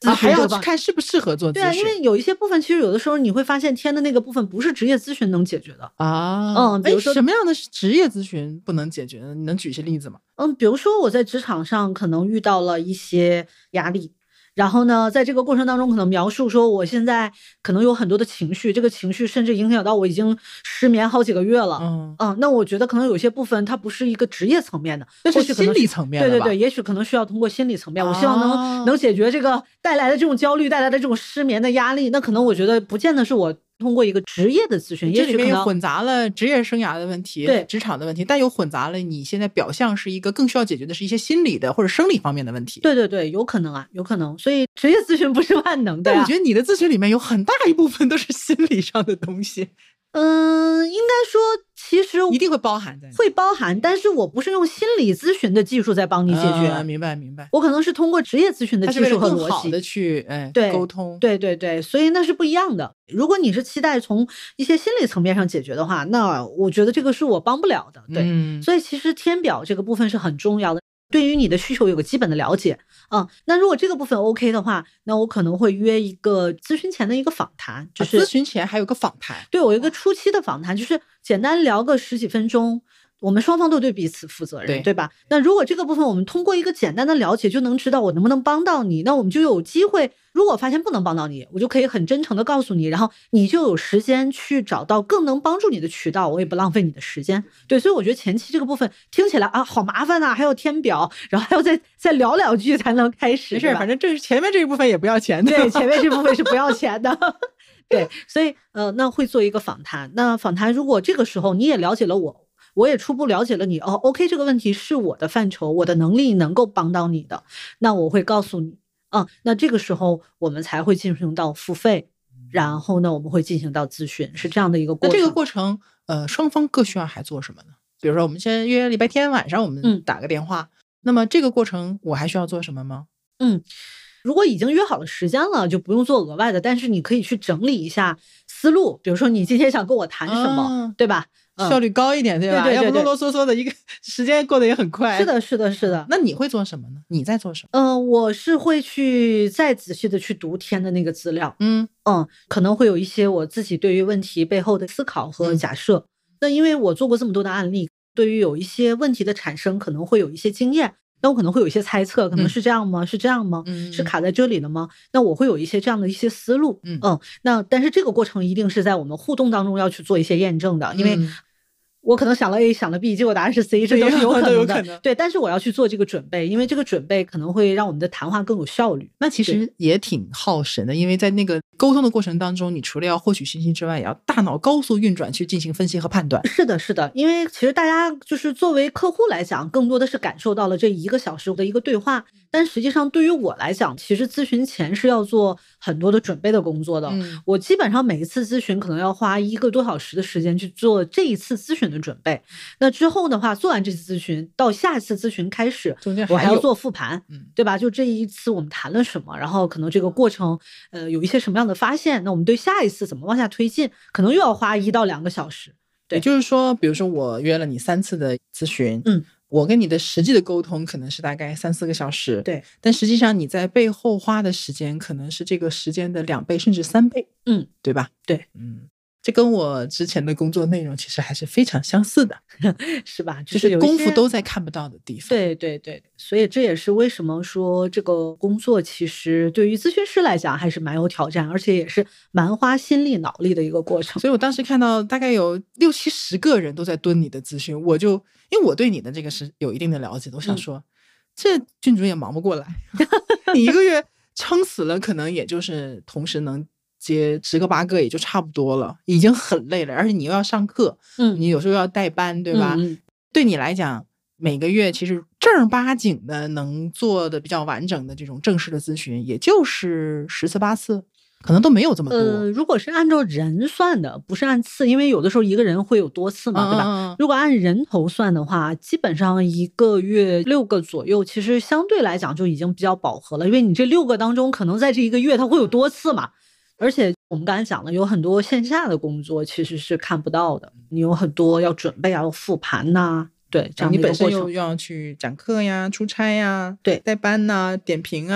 [SPEAKER 1] 还要去看适不适合做咨询。
[SPEAKER 2] 对啊，因为有一些部分其实有的时候你会发现填的那个部分不是职业咨询能解决的
[SPEAKER 1] 啊。比如说什么样的职业咨询不能解决呢？你能举一些例子吗？
[SPEAKER 2] 比如说我在职场上可能遇到了一些压力，然后呢，在这个过程当中可能描述说我现在可能有很多的情绪，这个情绪甚至影响到我已经失眠好几个月了。那我觉得可能有些部分它不是一个职业层面的，
[SPEAKER 1] 那是心理层面的吧。
[SPEAKER 2] 对对对，也许可能需要通过心理层面，我希望能解决这个带来的这种焦虑，带来的这种失眠的压力。那可能我觉得不见得是我通过一个职业的咨询，
[SPEAKER 1] 这里面有混杂了职业生涯的问题，
[SPEAKER 2] 对
[SPEAKER 1] 职场的问题，但又混杂了你现在表象是一个更需要解决的是一些心理的或者生理方面的问题。
[SPEAKER 2] 对对对，有可能啊，有可能。所以职业咨询不是万能的。
[SPEAKER 1] 但我觉得你的咨询里面有很大一部分都是心理上的东西。
[SPEAKER 2] 应该说其实
[SPEAKER 1] 一定会包含在，
[SPEAKER 2] 会包含，但是我不是用心理咨询的技术在帮你解决。
[SPEAKER 1] 明白明白。
[SPEAKER 2] 我可能是通过职业咨询的技术和逻辑，
[SPEAKER 1] 更好的去沟通。
[SPEAKER 2] 对对对，所以那是不一样的。如果你是期待从一些心理层面上解决的话，那我觉得这个是我帮不了的。对，所以其实填表这个部分是很重要的，对于你的需求有个基本的了解。那如果这个部分 OK 的话，那我可能会约一个咨询前的一个访谈，就是
[SPEAKER 1] 咨询前还有个访谈。
[SPEAKER 2] 对，我有一个初期的访谈，就是简单聊个10几分钟，我们双方都对彼此负责任， 对吧？那如果这个部分我们通过一个简单的了解就能知道我能不能帮到你，那我们就有机会，如果发现不能帮到你，我就可以很真诚的告诉你，然后你就有时间去找到更能帮助你的渠道，我也不浪费你的时间。对，所以我觉得前期这个部分听起来好麻烦啊，还要填表，然后还要再聊2句才能开始。
[SPEAKER 1] 没事，反正这前面这一部分也不要钱的。
[SPEAKER 2] 对，前面这部分是不要钱的。对，所以那会做一个访谈。那访谈如果这个时候你也了解了我也初步了解了你，OK， 这个问题是我的范畴，我的能力能够帮到你的，那我会告诉你，那这个时候我们才会进行到付费，然后呢，我们会进行到咨询，是这样的一个过程。
[SPEAKER 1] 那这个过程，双方各需要还做什么呢？比如说，我们先约礼拜天晚上，我们打个电话。那么这个过程我还需要做什么吗？
[SPEAKER 2] 如果已经约好了时间了，就不用做额外的，但是你可以去整理一下思路，比如说你今天想跟我谈什么，对吧？
[SPEAKER 1] 效率高一点，对吧？
[SPEAKER 2] 对，
[SPEAKER 1] 要不啰啰嗦嗦的，一个时间过得也很快。
[SPEAKER 2] 是的，是的，是的。
[SPEAKER 1] 那你会做什么呢？你在做什么？
[SPEAKER 2] 我是会去再仔细的去读填的那个资料，可能会有一些我自己对于问题背后的思考和假设。那因为我做过这么多的案例，对于有一些问题的产生，可能会有一些经验。那我可能会有一些猜测，可能是这样吗？是这样吗？是卡在这里了吗？那我会有一些这样的一些思路。那但是这个过程一定是在我们互动当中要去做一些验证的，因为我可能想了 A 想了 B， 结果答案是 C， 这都是有可能的。对，但是我要去做这个准备，因为这个准备可能会让我们的谈话更有效率。
[SPEAKER 1] 那其实也挺耗神的，因为在那个沟通的过程当中，你除了要获取信息之外，也要大脑高速运转去进行分析和判断。
[SPEAKER 2] 是的，是的，因为其实大家就是作为客户来讲，更多的是感受到了这1个小时的一个对话，但实际上对于我来讲，其实咨询前是要做很多的准备的工作的。我基本上每一次咨询可能要花1个多小时的时间去做这一次咨询的准备。那之后的话，做完这次咨询到下一次咨询开始，我还要做复盘，对吧？就这一次我们谈了什么，然后可能这个过程有一些什么样的发现，那我们对下一次怎么往下推进，可能又要花1到2个小时。对，
[SPEAKER 1] 也就是说，比如说我约了你3次的咨询，我跟你的实际的沟通可能是大概3、4个小时，
[SPEAKER 2] 对，
[SPEAKER 1] 但实际上你在背后花的时间可能是这个时间的2倍甚至3倍，对吧？
[SPEAKER 2] 对，
[SPEAKER 1] 这跟我之前的工作内容其实还是非常相似的，
[SPEAKER 2] 是吧？
[SPEAKER 1] 就是功夫都在看不到的地方。
[SPEAKER 2] 对对对，所以这也是为什么说这个工作其实对于咨询师来讲还是蛮有挑战，而且也是蛮花心力脑力的一个过程。
[SPEAKER 1] 所以我当时看到大概有60、70个人都在蹲你的咨询，我就因为我对你的这个是有一定的了解的，我想说，这郡主也忙不过来，你1个月撑死了可能也就是同时能接10个8个也就差不多了，已经很累了，而且你又要上课，你有时候要带班，对吧？对你来讲，每个月其实正儿八经的能做的比较完整的这种正式的咨询，也就是10次8次，可能都没有这么多。
[SPEAKER 2] 如果是按照人算的，不是按次，因为有的时候一个人会有多次嘛，对吧？如果按人头算的话，基本上1个月6个左右，其实相对来讲就已经比较饱和了，因为你这6个当中，可能在这1个月它会有多次嘛。而且我们刚才讲了，有很多线下的工作其实是看不到的，你有很多要准备要复盘呐，对，这样的一个过程。
[SPEAKER 1] 你本身又要去讲课呀、出差呀、
[SPEAKER 2] 对，
[SPEAKER 1] 带班呐、点评啊，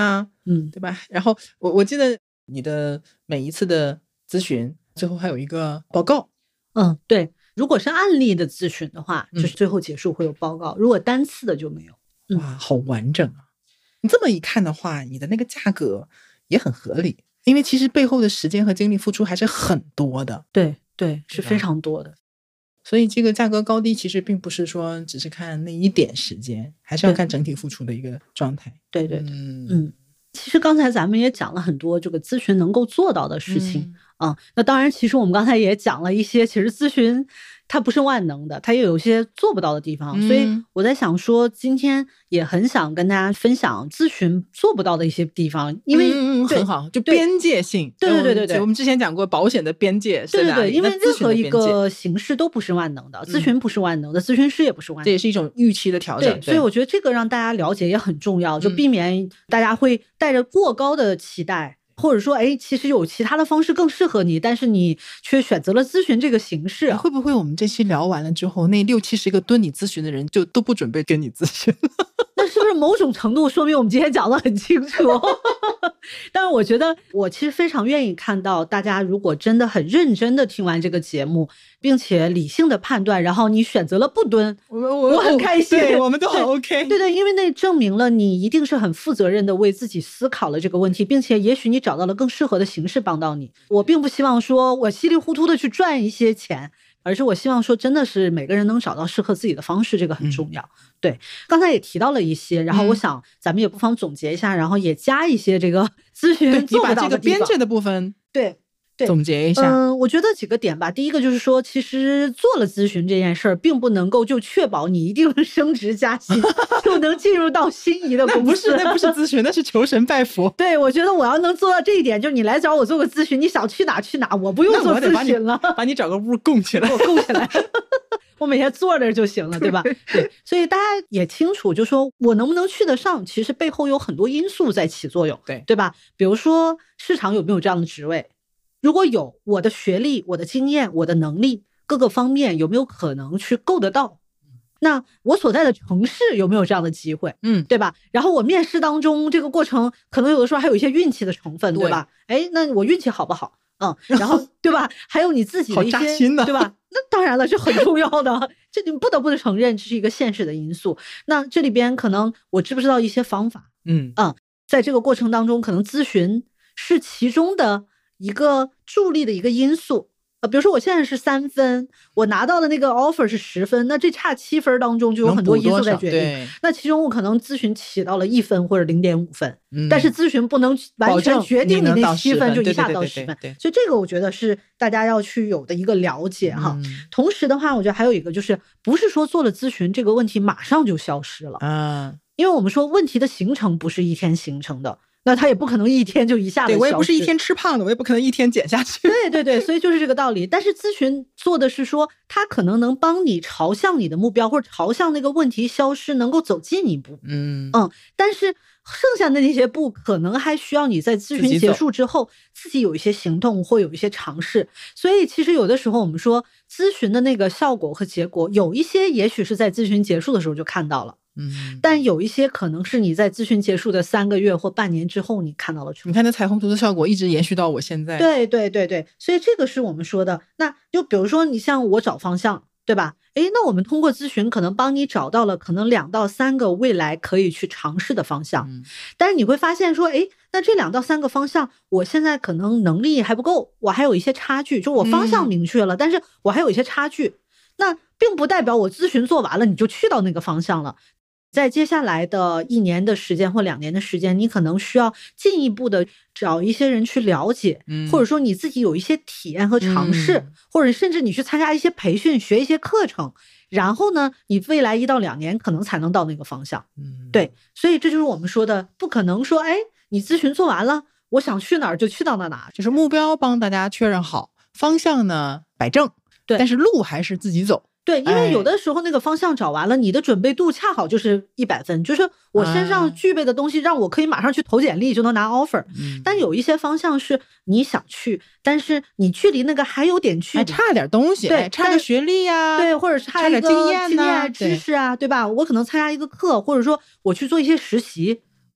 [SPEAKER 1] 对吧？然后我记得你的每一次的咨询最后还有一个报告。
[SPEAKER 2] 对，如果是案例的咨询的话，就是最后结束会有报告，如果单次的就没有。
[SPEAKER 1] 哇，好完整啊！你这么一看的话，你的那个价格也很合理，因为其实背后的时间和精力付出还是很多的。
[SPEAKER 2] 对，是非常多的。
[SPEAKER 1] 所以这个价格高低其实并不是说只是看那一点时间，还是要看整体付出的一个状态。
[SPEAKER 2] 对，其实刚才咱们也讲了很多这个咨询能够做到的事情那当然其实我们刚才也讲了一些，其实咨询它不是万能的，它也有一些做不到的地方，所以我在想说今天也很想跟大家分享咨询做不到的一些地方，因为
[SPEAKER 1] 很好，就边界性。
[SPEAKER 2] 对，
[SPEAKER 1] 我们之前讲过保险的边界是哪里，
[SPEAKER 2] 对，因为任何一个形式都不是万能的，咨询不是万能的，咨询师也不是万能的，
[SPEAKER 1] 这也是一种预期的调整。
[SPEAKER 2] 对，所以我觉得这个让大家了解也很重要，就避免大家会带着过高的期待，或者说其实有其他的方式更适合你，但是你却选择了咨询这个形式。
[SPEAKER 1] 会不会我们这期聊完了之后，那60-70个蹲你咨询的人就都不准备跟你咨询
[SPEAKER 2] 那是不是某种程度说明我们今天讲得很清楚但是我觉得我其实非常愿意看到大家如果真的很认真的听完这个节目，并且理性的判断，然后你选择了不蹲，我很开心。
[SPEAKER 1] 对，我们都很 OK。
[SPEAKER 2] 对，因为那证明了你一定是很负责任的为自己思考了这个问题，并且也许你找到了更适合的形式帮到你。我并不希望说我稀里糊涂的去赚一些钱，而是我希望说真的是每个人能找到适合自己的方式，这个很重要。对，刚才也提到了一些，然后我想咱们也不妨总结一下，然后也加一些这个咨询做不到的地方。
[SPEAKER 1] 你把这个边界的部分
[SPEAKER 2] 对
[SPEAKER 1] 总结一下。
[SPEAKER 2] 我觉得几个点吧。第一个就是说，其实做了咨询这件事儿，并不能够就确保你一定升职加薪，就能进入到心仪的公司。
[SPEAKER 1] 那不是咨询，那是求神拜佛。
[SPEAKER 2] 对，我觉得我要能做到这一点，就是你来找我做个咨询，你想去哪去哪，我不用做咨询了，
[SPEAKER 1] 把你找个屋供起来，
[SPEAKER 2] 我供起来。我每天坐着就行了，对吧？对，所以大家也清楚，就说我能不能去得上，其实背后有很多因素在起作用，对吧？比如说市场有没有这样的职位，如果有，我的学历、我的经验、我的能力各个方面有没有可能去够得到？那我所在的城市有没有这样的机会？对吧？然后我面试当中这个过程，可能有的时候还有一些运气的成分，对吧？那我运气好不好？然后对吧？还有你自己的一些，
[SPEAKER 1] 好扎心
[SPEAKER 2] 对吧？那当然了，是很重要的，这你不得不承认，这是一个现实的因素。那这里边可能我知不知道一些方法？在这个过程当中，可能咨询是其中的一个助力的一个因素。比如说我现在是3分，我拿到的那个 offer 是10分，那这差7分当中就有很多因素在决定。那其中我可能咨询起到了1分或者0.5分，但是咨询不能完全决定你那7分就一下到10分。所以这个我觉得是大家要去有的一个了解哈。同时的话，我觉得还有一个就是，不是说做了咨询这个问题马上就消失了因为我们说问题的形成不是一天形成的。那他也不可能一天就一下子消失。
[SPEAKER 1] 对，我也不是一天吃胖的，我也不可能一天减下去。
[SPEAKER 2] 对，所以就是这个道理。但是咨询做的是说，他可能能帮你朝向你的目标，或者朝向那个问题消失，能够走近一步。但是剩下的那些步，可能还需要你在咨询结束之后，自己有一些行动或有一些尝试。所以其实有的时候我们说，咨询的那个效果和结果，有一些也许是在咨询结束的时候就看到了。但有一些可能是你在咨询结束的3个月或半年之后你看到了。
[SPEAKER 1] 你看那彩虹图的效果一直延续到我现在。
[SPEAKER 2] 对，所以这个是我们说的。那就比如说你像我找方向，对吧？那我们通过咨询可能帮你找到了可能2到3个未来可以去尝试的方向。但是你会发现说，那这2到3个方向我现在可能能力还不够，我还有一些差距，就我方向明确了，但是我还有一些差距。那并不代表我咨询做完了你就去到那个方向了。在接下来的1年的时间或2年的时间，你可能需要进一步的找一些人去了解，或者说你自己有一些体验和尝试，或者甚至你去参加一些培训，学一些课程，然后呢，你未来1到2年可能才能到那个方向。对，所以这就是我们说的，不可能说，你咨询做完了，我想去哪儿就去到哪，
[SPEAKER 1] 就是目标帮大家确认好，方向呢摆正，
[SPEAKER 2] 对，
[SPEAKER 1] 但是路还是自己走。
[SPEAKER 2] 对，因为有的时候那个方向找完了，你的准备度恰好就是100分，就是我身上具备的东西让我可以马上去投简历就能拿 offer。但有一些方向是你想去，但是你距离那个还有点距离，
[SPEAKER 1] 差点东西，
[SPEAKER 2] 对，
[SPEAKER 1] 差个学历呀，
[SPEAKER 2] 对，或者差一个
[SPEAKER 1] 经验
[SPEAKER 2] 知识啊，对吧？我可能参加一个课，或者说我去做一些实习。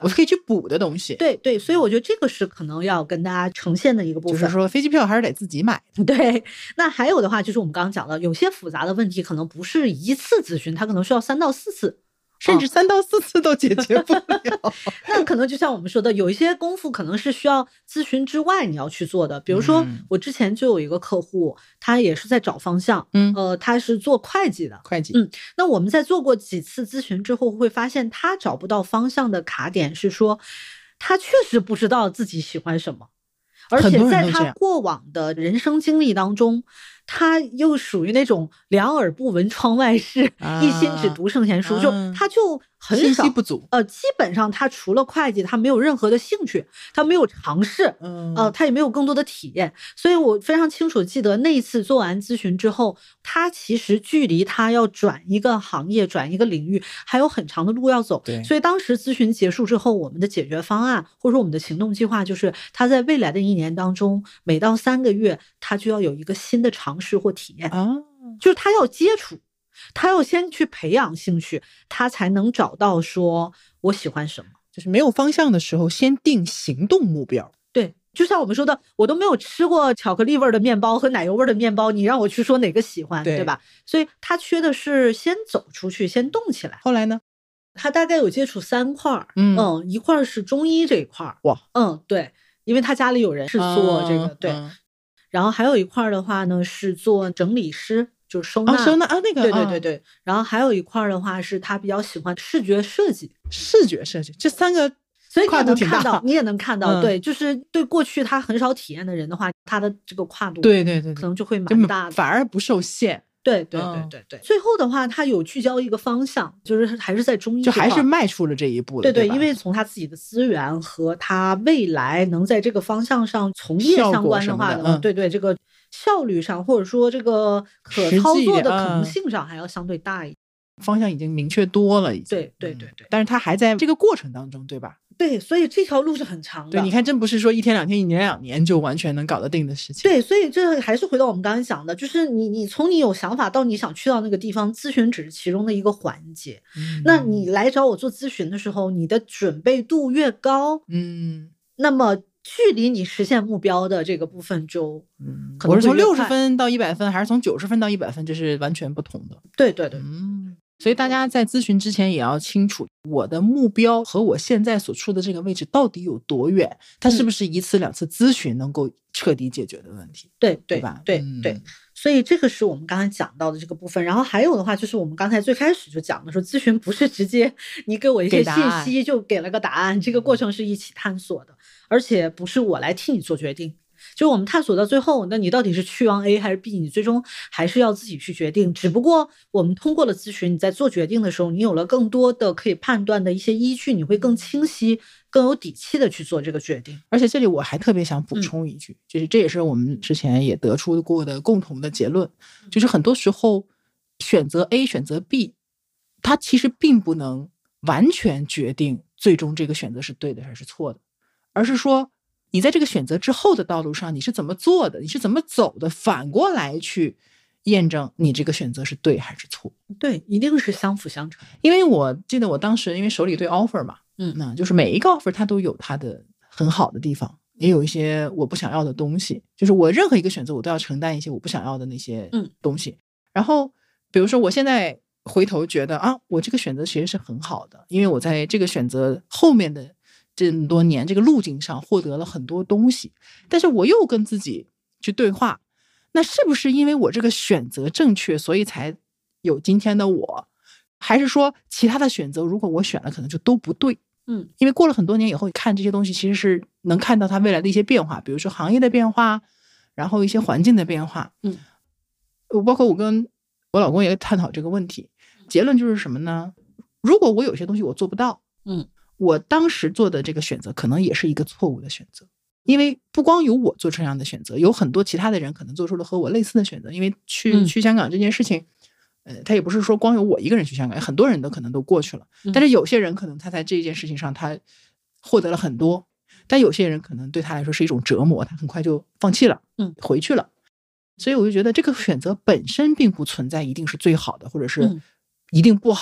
[SPEAKER 1] 我可以去补的东西。
[SPEAKER 2] 对对，所以我觉得这个是可能要跟大家呈现的一个部分，
[SPEAKER 1] 就是说飞机票还是得自己买。
[SPEAKER 2] 对，那还有的话就是我们刚刚讲的，有些复杂的问题可能不是一次咨询，它可能需要3到4次。
[SPEAKER 1] 甚至3到4次都解决不了。
[SPEAKER 2] 那可能就像我们说的，有一些功夫可能是需要咨询之外你要去做的。比如说，我之前就有一个客户，他也是在找方向，他是做会计的，那我们在做过几次咨询之后，会发现他找不到方向的卡点是说，他确实不知道自己喜欢什么，而且在他过往的人生经历当中，他又属于那种两耳不闻窗外事，一心只读圣贤书，就他就很少，
[SPEAKER 1] 信息不足。
[SPEAKER 2] 基本上他除了会计，他没有任何的兴趣，他没有尝试，他也没有更多的体验。所以我非常清楚记得那一次做完咨询之后，他其实距离他要转一个行业、转一个领域还有很长的路要走。所以当时咨询结束之后，我们的解决方案或者说我们的行动计划就是他在未来的1年当中，每到3个月他就要有一个新的尝试或体验，就是他要接触，他要先去培养兴趣，他才能找到说我喜欢什么。
[SPEAKER 1] 就是没有方向的时候，先定行动目标。
[SPEAKER 2] 对，就像我们说的，我都没有吃过巧克力味的面包和奶油味的面包，你让我去说哪个喜欢， 对吧？所以他缺的是先走出去，先动起来。
[SPEAKER 1] 后来呢，
[SPEAKER 2] 他大概有接触3块，一块是中医这一块，
[SPEAKER 1] 哇，
[SPEAKER 2] 对，因为他家里有人是做这个，对。然后还有一块的话呢，是做整理师，就是收纳，
[SPEAKER 1] 那个，
[SPEAKER 2] 对。然后还有一块的话是他比较喜欢视觉设计，
[SPEAKER 1] 这3个
[SPEAKER 2] 所以可能
[SPEAKER 1] 看到，
[SPEAKER 2] 你也能看到，对，就是对过去他很少体验的人的话，他的这个跨度，
[SPEAKER 1] 对，
[SPEAKER 2] 可能就会蛮大的，
[SPEAKER 1] 反而不受限。
[SPEAKER 2] 对。最后的话，他有聚焦一个方向，就是还是在中医，
[SPEAKER 1] 就还是迈出了这一步了。
[SPEAKER 2] 对，因为从他自己的资源和他未来能在这个方向上从业相关的话对，这个效率上或者说这个可操作的可能性上还要相对大一点。
[SPEAKER 1] 方向已经明确多了，已经。
[SPEAKER 2] 对。
[SPEAKER 1] 但是他还在这个过程当中，对吧？
[SPEAKER 2] 对，所以这条路是很长的。
[SPEAKER 1] 对，你看，真不是说1天2天、1年2年就完全能搞得定的事情。
[SPEAKER 2] 对，所以这还是回到我们刚才讲的，就是你从你有想法到你想去到那个地方，咨询只是其中的一个环节。那你来找我做咨询的时候，你的准备度越高，那么距离你实现目标的这个部分就可能会越快。
[SPEAKER 1] 我是从60分到100分，还是从90分到100分，这是完全不同的。
[SPEAKER 2] 对。
[SPEAKER 1] 所以大家在咨询之前也要清楚，我的目标和我现在所处的这个位置到底有多远，它是不是1次2次咨询能够彻底解决的问题。
[SPEAKER 2] 对
[SPEAKER 1] 吧？
[SPEAKER 2] 对。所以这个是我们刚才讲到的这个部分。然后还有的话就是我们刚才最开始就讲的说，咨询不是直接你给我一些信息就给了个答案，这个过程是一起探索的，而且不是我来替你做决定。就我们探索到最后，那你到底是去往 A 还是 B， 你最终还是要自己去决定。只不过我们通过了咨询，你在做决定的时候，你有了更多的可以判断的一些依据，你会更清晰更有底气的去做这个决定。
[SPEAKER 1] 而且这里我还特别想补充一句，就是这也是我们之前也得出过的共同的结论，就是很多时候选择 A 选择 B， 它其实并不能完全决定最终这个选择是对的还是错的，而是说你在这个选择之后的道路上你是怎么做的，你是怎么走的，反过来去验证你这个选择是对还是错。
[SPEAKER 2] 对，一定是相辅相成。
[SPEAKER 1] 因为我记得我当时因为手里对 offer 嘛，那就是每一个 offer 它都有它的很好的地方，也有一些我不想要的东西，就是我任何一个选择我都要承担一些我不想要的那些东西。然后比如说我现在回头觉得啊，我这个选择其实是很好的，因为我在这个选择后面的这么多年这个路径上获得了很多东西，但是我又跟自己去对话，那是不是因为我这个选择正确所以才有今天的我，还是说其他的选择如果我选了可能就都不对。因为过了很多年以后看这些东西其实是能看到它未来的一些变化，比如说行业的变化，然后一些环境的变化。包括我跟我老公也探讨这个问题，结论就是什么呢？如果我有些东西我做不到，我当时做的这个选择可能也是一个错误的选择，因为不光有我做这样的选择，有很多其他的人可能做出了和我类似的选择。因为去香港这件事情，他也不是说光有我一个人去香港，很多人都可能都过去了，但是有些人可能他在这件事情上他获得了很多，但有些人可能对他来说是一种折磨，他很快就放弃了，回去了。所以我就觉得这个选择本身并不存在一定是最好的或者是一定不好的，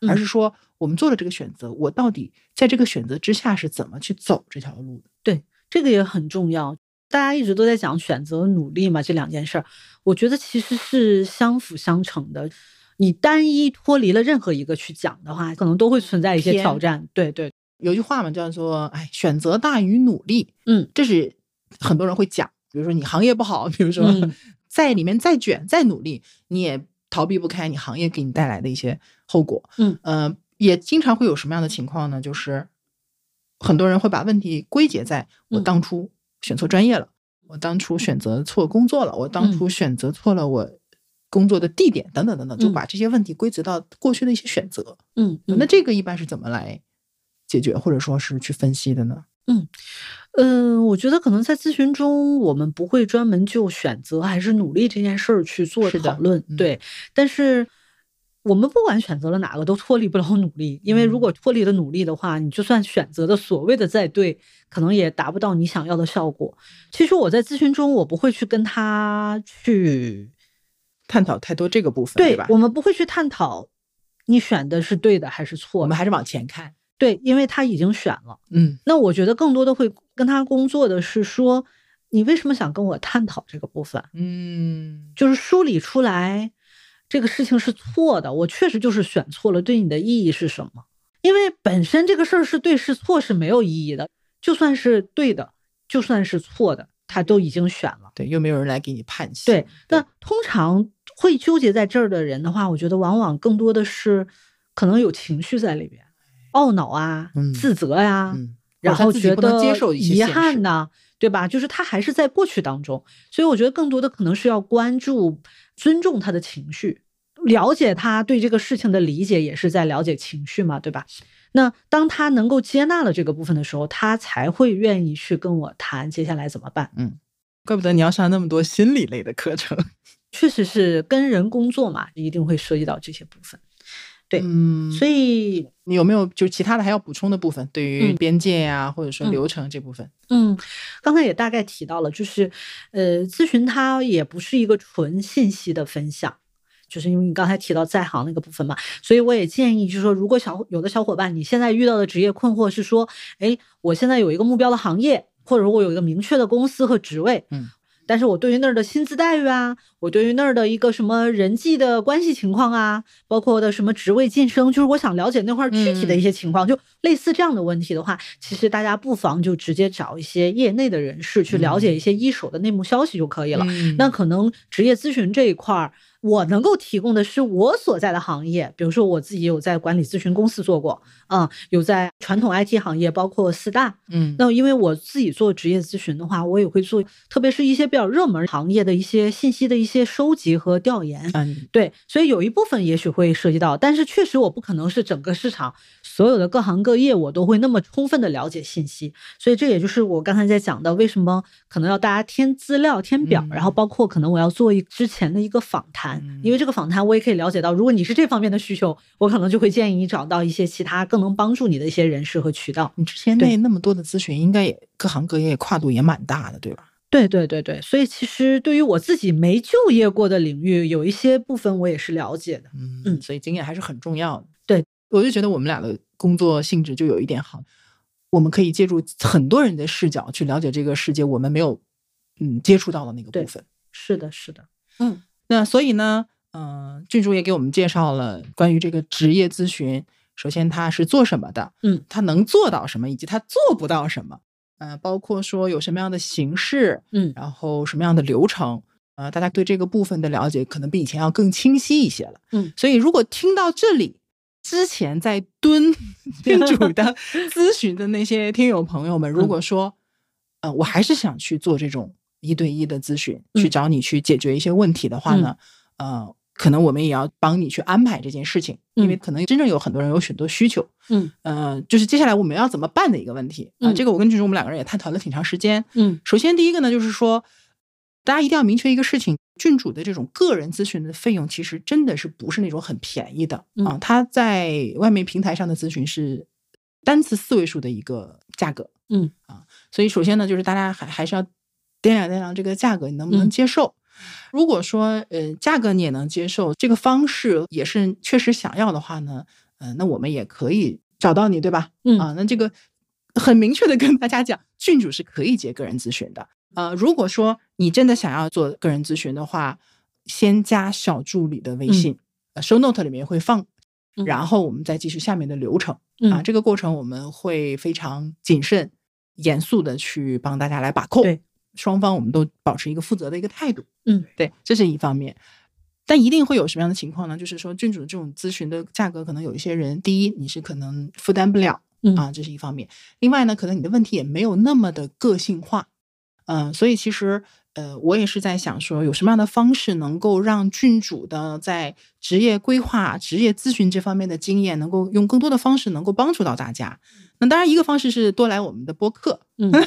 [SPEAKER 1] 而是说我们做了这个选择，我到底在这个选择之下是怎么去走这条路的。
[SPEAKER 2] 对，这个也很重要。大家一直都在讲选择努力嘛，这两件事儿，我觉得其实是相辅相成的。你单一脱离了任何一个去讲的话，可能都会存在一些挑战。对对，
[SPEAKER 1] 有句话嘛，叫做选择大于努力。这是很多人会讲，比如说你行业不好，比如说在里面再卷再努力，你也逃避不开你行业给你带来的一些后果。也经常会有什么样的情况呢？就是很多人会把问题归结在我当初选错专业了，我当初选择错工作了，我当初选择错了我工作的地点等等等等，就把这些问题归结到过去的一些选择。那这个一般是怎么来解决或者说是去分析的呢？
[SPEAKER 2] 我觉得可能在咨询中我们不会专门就选择还是努力这件事儿去做讨论。对，但是我们不管选择了哪个都脱离不了努力，因为如果脱离了努力的话，你就算选择的所谓的再对，可能也达不到你想要的效果。其实我在咨询中我不会去跟他去
[SPEAKER 1] 探讨太多这个部分， 对吧？
[SPEAKER 2] 我们不会去探讨你选的是对的还是错的，
[SPEAKER 1] 我们还是往前看。
[SPEAKER 2] 对，因为他已经选了。那我觉得更多的会跟他工作的是说，你为什么想跟我探讨这个部分？就是梳理出来这个事情是错的，我确实就是选错了，对你的意义是什么？因为本身这个事儿是对是错是没有意义的，就算是对的，就算是错的，他都已经选了。
[SPEAKER 1] 对，又没有人来给你判刑。
[SPEAKER 2] 对，那通常会纠结在这儿的人的话，我觉得往往更多的是可能有情绪在里边，懊恼啊，自责呀，然后觉得遗憾呐，对吧？就是他还是在过去当中，所以我觉得更多的可能是要关注、尊重他的情绪，了解他对这个事情的理解，也是在了解情绪嘛，对吧？那当他能够接纳了这个部分的时候，他才会愿意去跟我谈接下来怎么办。
[SPEAKER 1] 怪不得你要上那么多心理类的课程。
[SPEAKER 2] 确实是跟人工作嘛，一定会涉及到这些部分。对，所以
[SPEAKER 1] 你有没有就其他的还要补充的部分？对于边界呀，或者说流程这部分？
[SPEAKER 2] 刚才也大概提到了，就是咨询它也不是一个纯信息的分享，就是因为你刚才提到在行那个部分嘛，所以我也建议就是说，如果有的小伙伴你现在遇到的职业困惑是说，我现在有一个目标的行业，或者说我有一个明确的公司和职位，但是我对于那儿的薪资待遇啊，我对于那儿的一个什么人际的关系情况啊，包括的什么职位晋升，就是我想了解那块具体的一些情况，就类似这样的问题的话，其实大家不妨就直接找一些业内的人士去了解一些一手的内幕消息就可以了。那可能职业咨询这一块我能够提供的是我所在的行业，比如说我自己有在管理咨询公司做过，有在传统 IT 行业，包括四大，那因为我自己做职业咨询的话，我也会做，特别是一些比较热门行业的一些信息的一些收集和调研，对，所以有一部分也许会涉及到，但是确实我不可能是整个市场所有的各行各业我都会那么充分的了解信息，所以这也就是我刚才在讲的为什么可能要大家填资料填表，然后包括可能我要做之前的一个访谈，因为这个访谈我也可以了解到，如果你是这方面的需求，我可能就会建议你找到一些其他更能帮助你的一些人士和渠道。
[SPEAKER 1] 你之前那么多的咨询，应该也各行各业跨度也蛮大的，对吧？
[SPEAKER 2] 对对对对，所以其实对于我自己没就业过的领域，有一些部分我也是了解的。
[SPEAKER 1] 所以经验还是很重要的。
[SPEAKER 2] 对，
[SPEAKER 1] 我就觉得我们俩的工作性质就有一点好，我们可以借助很多人的视角去了解这个世界我们没有接触到的那个部分。
[SPEAKER 2] 是的是的。
[SPEAKER 1] 那所以呢郡主也给我们介绍了关于这个职业咨询，首先它是做什么的，它能做到什么，以及它做不到什么，包括说有什么样的形式，然后什么样的流程，大家对这个部分的了解可能比以前要更清晰一些了。所以如果听到这里，之前在蹲郡主的咨询的那些听友朋友们，如果说我还是想去做这种1对1的咨询，去找你去解决一些问题的话呢，可能我们也要帮你去安排这件事情，因为可能真正有很多人有许多需求，就是接下来我们要怎么办的一个问题这个我跟郡主我们两个人也探讨了挺长时间。首先第一个呢，就是说大家一定要明确一个事情，郡主的这种个人咨询的费用其实真的是不是那种很便宜的他在外面平台上的咨询是单次4位数的一个价格，所以首先呢，就是大家还是要掂量这个价格你能不能接受。如果说价格你也能接受，这个方式也是确实想要的话呢， 那我们也可以找到你，对吧？那这个很明确的跟大家讲，郡主是可以接个人咨询的。如果说你真的想要做个人咨询的话，先加小助理的微信，show note 里面会放，然后我们再继续下面的流程。这个过程我们会非常谨慎严肃的去帮大家来把控，
[SPEAKER 2] 对，
[SPEAKER 1] 双方我们都保持一个负责的一个态度。对，这是一方面。但一定会有什么样的情况呢？就是说郡主这种咨询的价格，可能有一些人，第一你是可能负担不了这是一方面。另外呢，可能你的问题也没有那么的个性化。所以其实我也是在想说，有什么样的方式能够让郡主的在职业规划、职业咨询这方面的经验，能够用更多的方式能够帮助到大家。那当然，一个方式是多来我们的播客，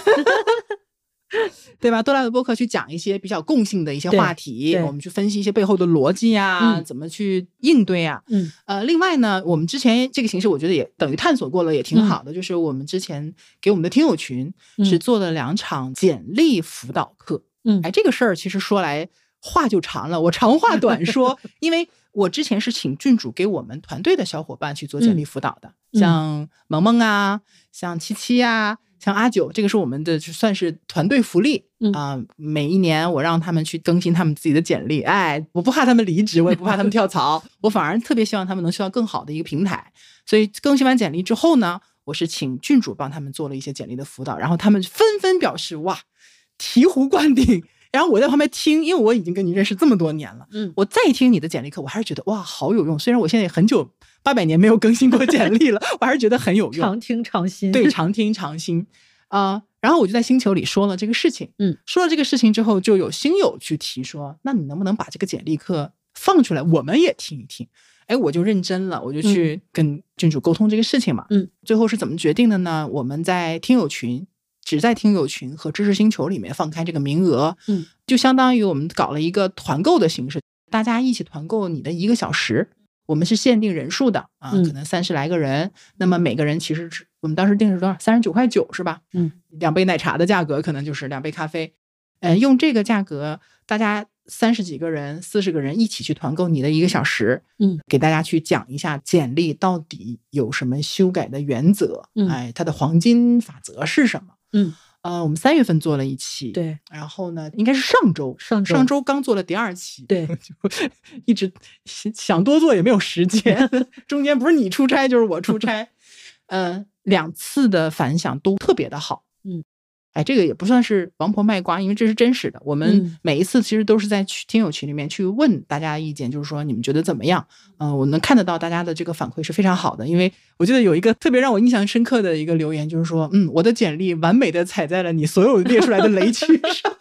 [SPEAKER 1] 对吧？多来的播客去讲一些比较共性的一些话题，我们去分析一些背后的逻辑啊，怎么去应对啊。另外呢，我们之前这个形式我觉得也等于探索过了，也挺好的。就是我们之前给我们的听友群是做了2场简历辅导课。这个事儿其实说来话就长了，我长话短说。因为我之前是请郡主给我们团队的小伙伴去做简历辅导的，像萌萌啊，像七七啊，像阿九，这个是我们的就算是团队福利每一年我让他们去更新他们自己的简历，我不怕他们离职，我也不怕他们跳槽，我反而特别希望他们能去到更好的一个平台。所以更新完简历之后呢，我是请郡主帮他们做了一些简历的辅导，然后他们纷纷表示哇，醍醐灌顶。然后我在旁边听，因为我已经跟你认识这么多年了，我再听你的简历课，我还是觉得哇，好有用。虽然我现在也很久800年没有更新过简历了，我还是觉得很有用，
[SPEAKER 2] 常听常新。
[SPEAKER 1] 对，常听常新然后我就在星球里说了这个事情，说了这个事情之后，就有星友去提说，那你能不能把这个简历课放出来，我们也听一听。我就认真了，我就去跟郡主沟通这个事情嘛。最后是怎么决定的呢？我们在听友群，只在听友群和知识星球里面放开这个名额，就相当于我们搞了一个团购的形式，大家一起团购你的1个小时，我们是限定人数的可能30来个人，那么每个人其实我们当时定是多少？39.9块是吧？2杯奶茶的价格可能就是2杯咖啡，用这个价格，大家30几个人、40个人一起去团购你的1个小时，给大家去讲一下简历到底有什么修改的原则，它的黄金法则是什么？我们3月份做了一期，
[SPEAKER 2] 对，
[SPEAKER 1] 然后呢，应该是上周刚做了第2期，
[SPEAKER 2] 对，
[SPEAKER 1] 就一直想多做也没有时间，中间不是你出差就是我出差，2次的反响都特别的好，这个也不算是王婆卖瓜，因为这是真实的。我们每一次其实都是在听友群里面去问大家意见，就是说你们觉得怎么样？我能看得到大家的这个反馈是非常好的。因为我记得有一个特别让我印象深刻的一个留言，就是说，我的简历完美的踩在了你所有列出来的雷区上，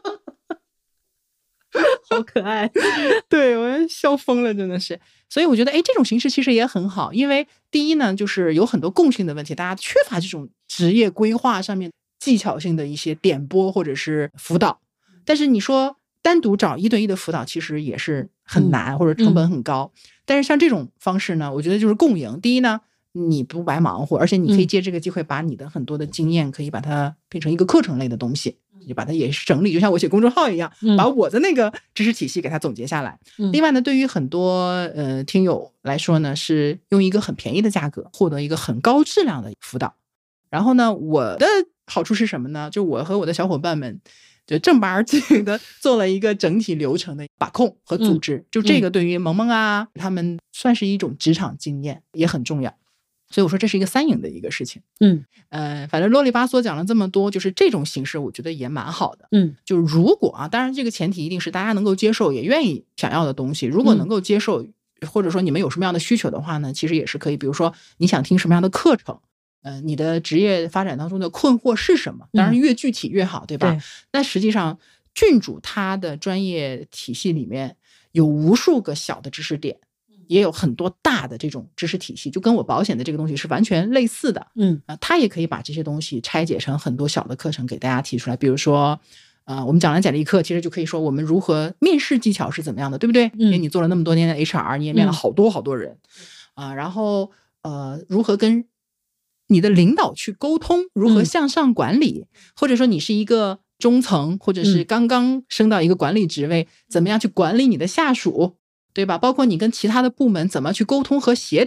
[SPEAKER 2] 好可爱。
[SPEAKER 1] 对，我笑疯了，真的是。所以我觉得，这种形式其实也很好，因为第一呢，就是有很多共性的问题，大家缺乏这种职业规划上面技巧性的一些点拨或者是辅导，但是你说单独找1对1的辅导其实也是很难，或者成本很高。但是像这种方式呢，我觉得就是共赢。第一呢，你不白忙活，而且你可以借这个机会把你的很多的经验可以把它变成一个课程类的东西，就把它也整理，就像我写公众号一样，把我的那个知识体系给它总结下来。另外呢，对于很多听友来说呢，是用一个很便宜的价格获得一个很高质量的辅导。然后呢，我的好处是什么呢？就我和我的小伙伴们就正八经的做了一个整体流程的把控和组织，就这个对于萌萌啊他们算是一种职场经验，也很重要。所以我说这是一个3赢的一个事情。反正啰里吧嗦讲了这么多，就是这种形式我觉得也蛮好的。就如果当然这个前提一定是大家能够接受，也愿意想要的东西。如果能够接受，或者说你们有什么样的需求的话呢，其实也是可以。比如说你想听什么样的课程，你的职业发展当中的困惑是什么？当然越具体越好，对吧？那实际上郡主他的专业体系里面有无数个小的知识点，也有很多大的这种知识体系，就跟我保险的这个东西是完全类似的。他也可以把这些东西拆解成很多小的课程给大家提出来。比如说我们讲完简历课，其实就可以说我们如何面试技巧是怎么样的，对不对？因为你做了那么多年的 HR， 你也面了好多好多人然后如何跟你的领导去沟通，如何向上管理，或者说你是一个中层，或者是刚刚升到一个管理职位，怎么样去管理你的下属，对吧？包括你跟其他的部门怎么去沟通和协调，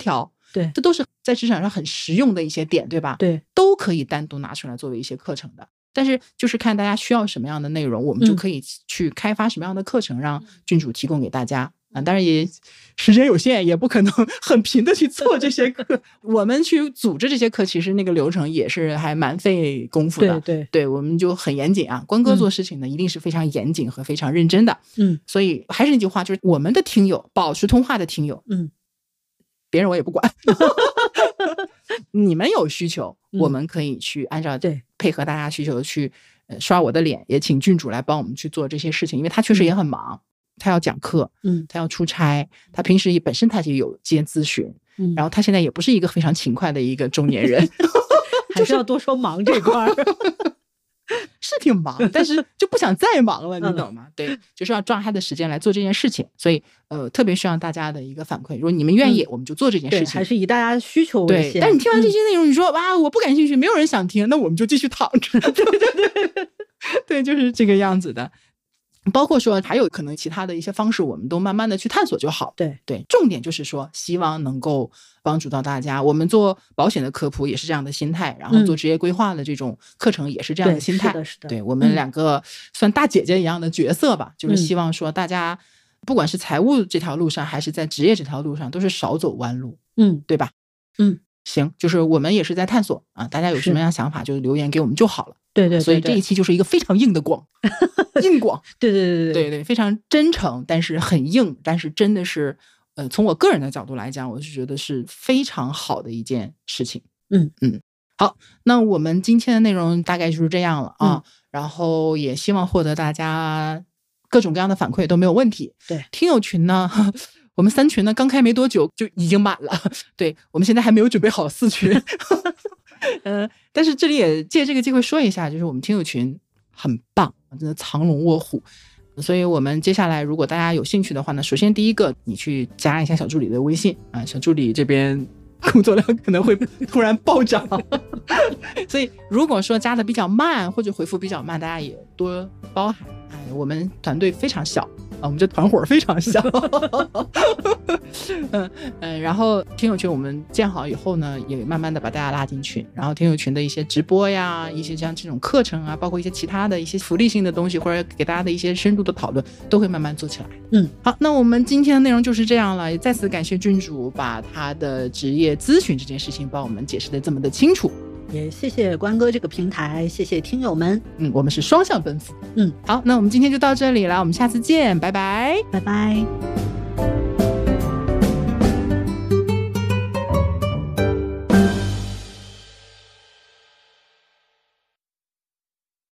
[SPEAKER 2] 对，
[SPEAKER 1] 这都是在职场上很实用的一些点，对吧？
[SPEAKER 2] 对，
[SPEAKER 1] 都可以单独拿出来作为一些课程的。但是就是看大家需要什么样的内容，我们就可以去开发什么样的课程，让郡主提供给大家。当然也时间有限，也不可能很频的去做这些课。我们去组织这些课，其实那个流程也是还蛮费功夫的。对，我们就很严谨啊。关哥做事情呢，一定是非常严谨和非常认真的。所以还是那句话，就是我们的听友，保持通话的听友，别人我也不管。你们有需求，我们可以去按照配合大家需求去刷我的脸，也请郡主来帮我们去做这些事情，因为他确实也很忙。他要讲课，他要出差，他平时本身他就有接咨询，然后他现在也不是一个非常勤快的一个中年人，
[SPEAKER 2] 还是要多说忙这块
[SPEAKER 1] 是挺忙，但是就不想再忙了，你懂吗？对，就是要抓他的时间来做这件事情，所以特别需要大家的一个反馈。如果你们愿意，我们就做这件事情，
[SPEAKER 2] 还是以大家的需求为先。
[SPEAKER 1] 但是你听完这些内容，你说哇，我不感兴趣，没有人想听，那我们就继续躺着。对，就是这个样子的。包括说还有可能其他的一些方式，我们都慢慢的去探索就好。对，重点就是说希望能够帮助到大家。我们做保险的科普也是这样的心态，然后做职业规划的这种课程也是这样的心态。
[SPEAKER 2] 是的。
[SPEAKER 1] 对，我们两个算大姐姐一样的角色吧，就是希望说大家不管是财务这条路上还是在职业这条路上，都是少走弯路。对吧？行，就是我们也是在探索啊，大家有什么样想法就留言给我们就好了。
[SPEAKER 2] 对，
[SPEAKER 1] 所以这一期就是一个非常硬的广，硬广。
[SPEAKER 2] 对，
[SPEAKER 1] 非常真诚，但是很硬，但是真的是，从我个人的角度来讲，我是觉得是非常好的一件事情。好，那我们今天的内容大概就是这样了啊，然后也希望获得大家各种各样的反馈都没有问题。
[SPEAKER 2] 对，
[SPEAKER 1] 听友群呢，我们3群呢刚开没多久就已经满了，对，我们现在还没有准备好4群。但是这里也借这个机会说一下，就是我们听友群很棒，真的藏龙卧虎。所以我们接下来如果大家有兴趣的话呢，首先第一个你去加一下小助理的微信啊，小助理这边工作量可能会突然暴涨。所以如果说加的比较慢或者回复比较慢，大家也多包涵。我们团队非常小我们这团伙非常小。然后听友群我们建好以后呢，也慢慢的把大家拉进群，然后听友群的一些直播呀，一些像这种课程啊，包括一些其他的一些福利性的东西，或者给大家的一些深度的讨论，都会慢慢做起来。好，那我们今天的内容就是这样了，也再次感谢郡主把他的职业咨询这件事情帮我们解释的这么的清楚，
[SPEAKER 2] 也谢谢关哥这个平台，谢谢听友们。
[SPEAKER 1] 我们是双向奔赴。好，那我们今天就到这里了，我们下次见，拜拜，
[SPEAKER 2] 拜拜。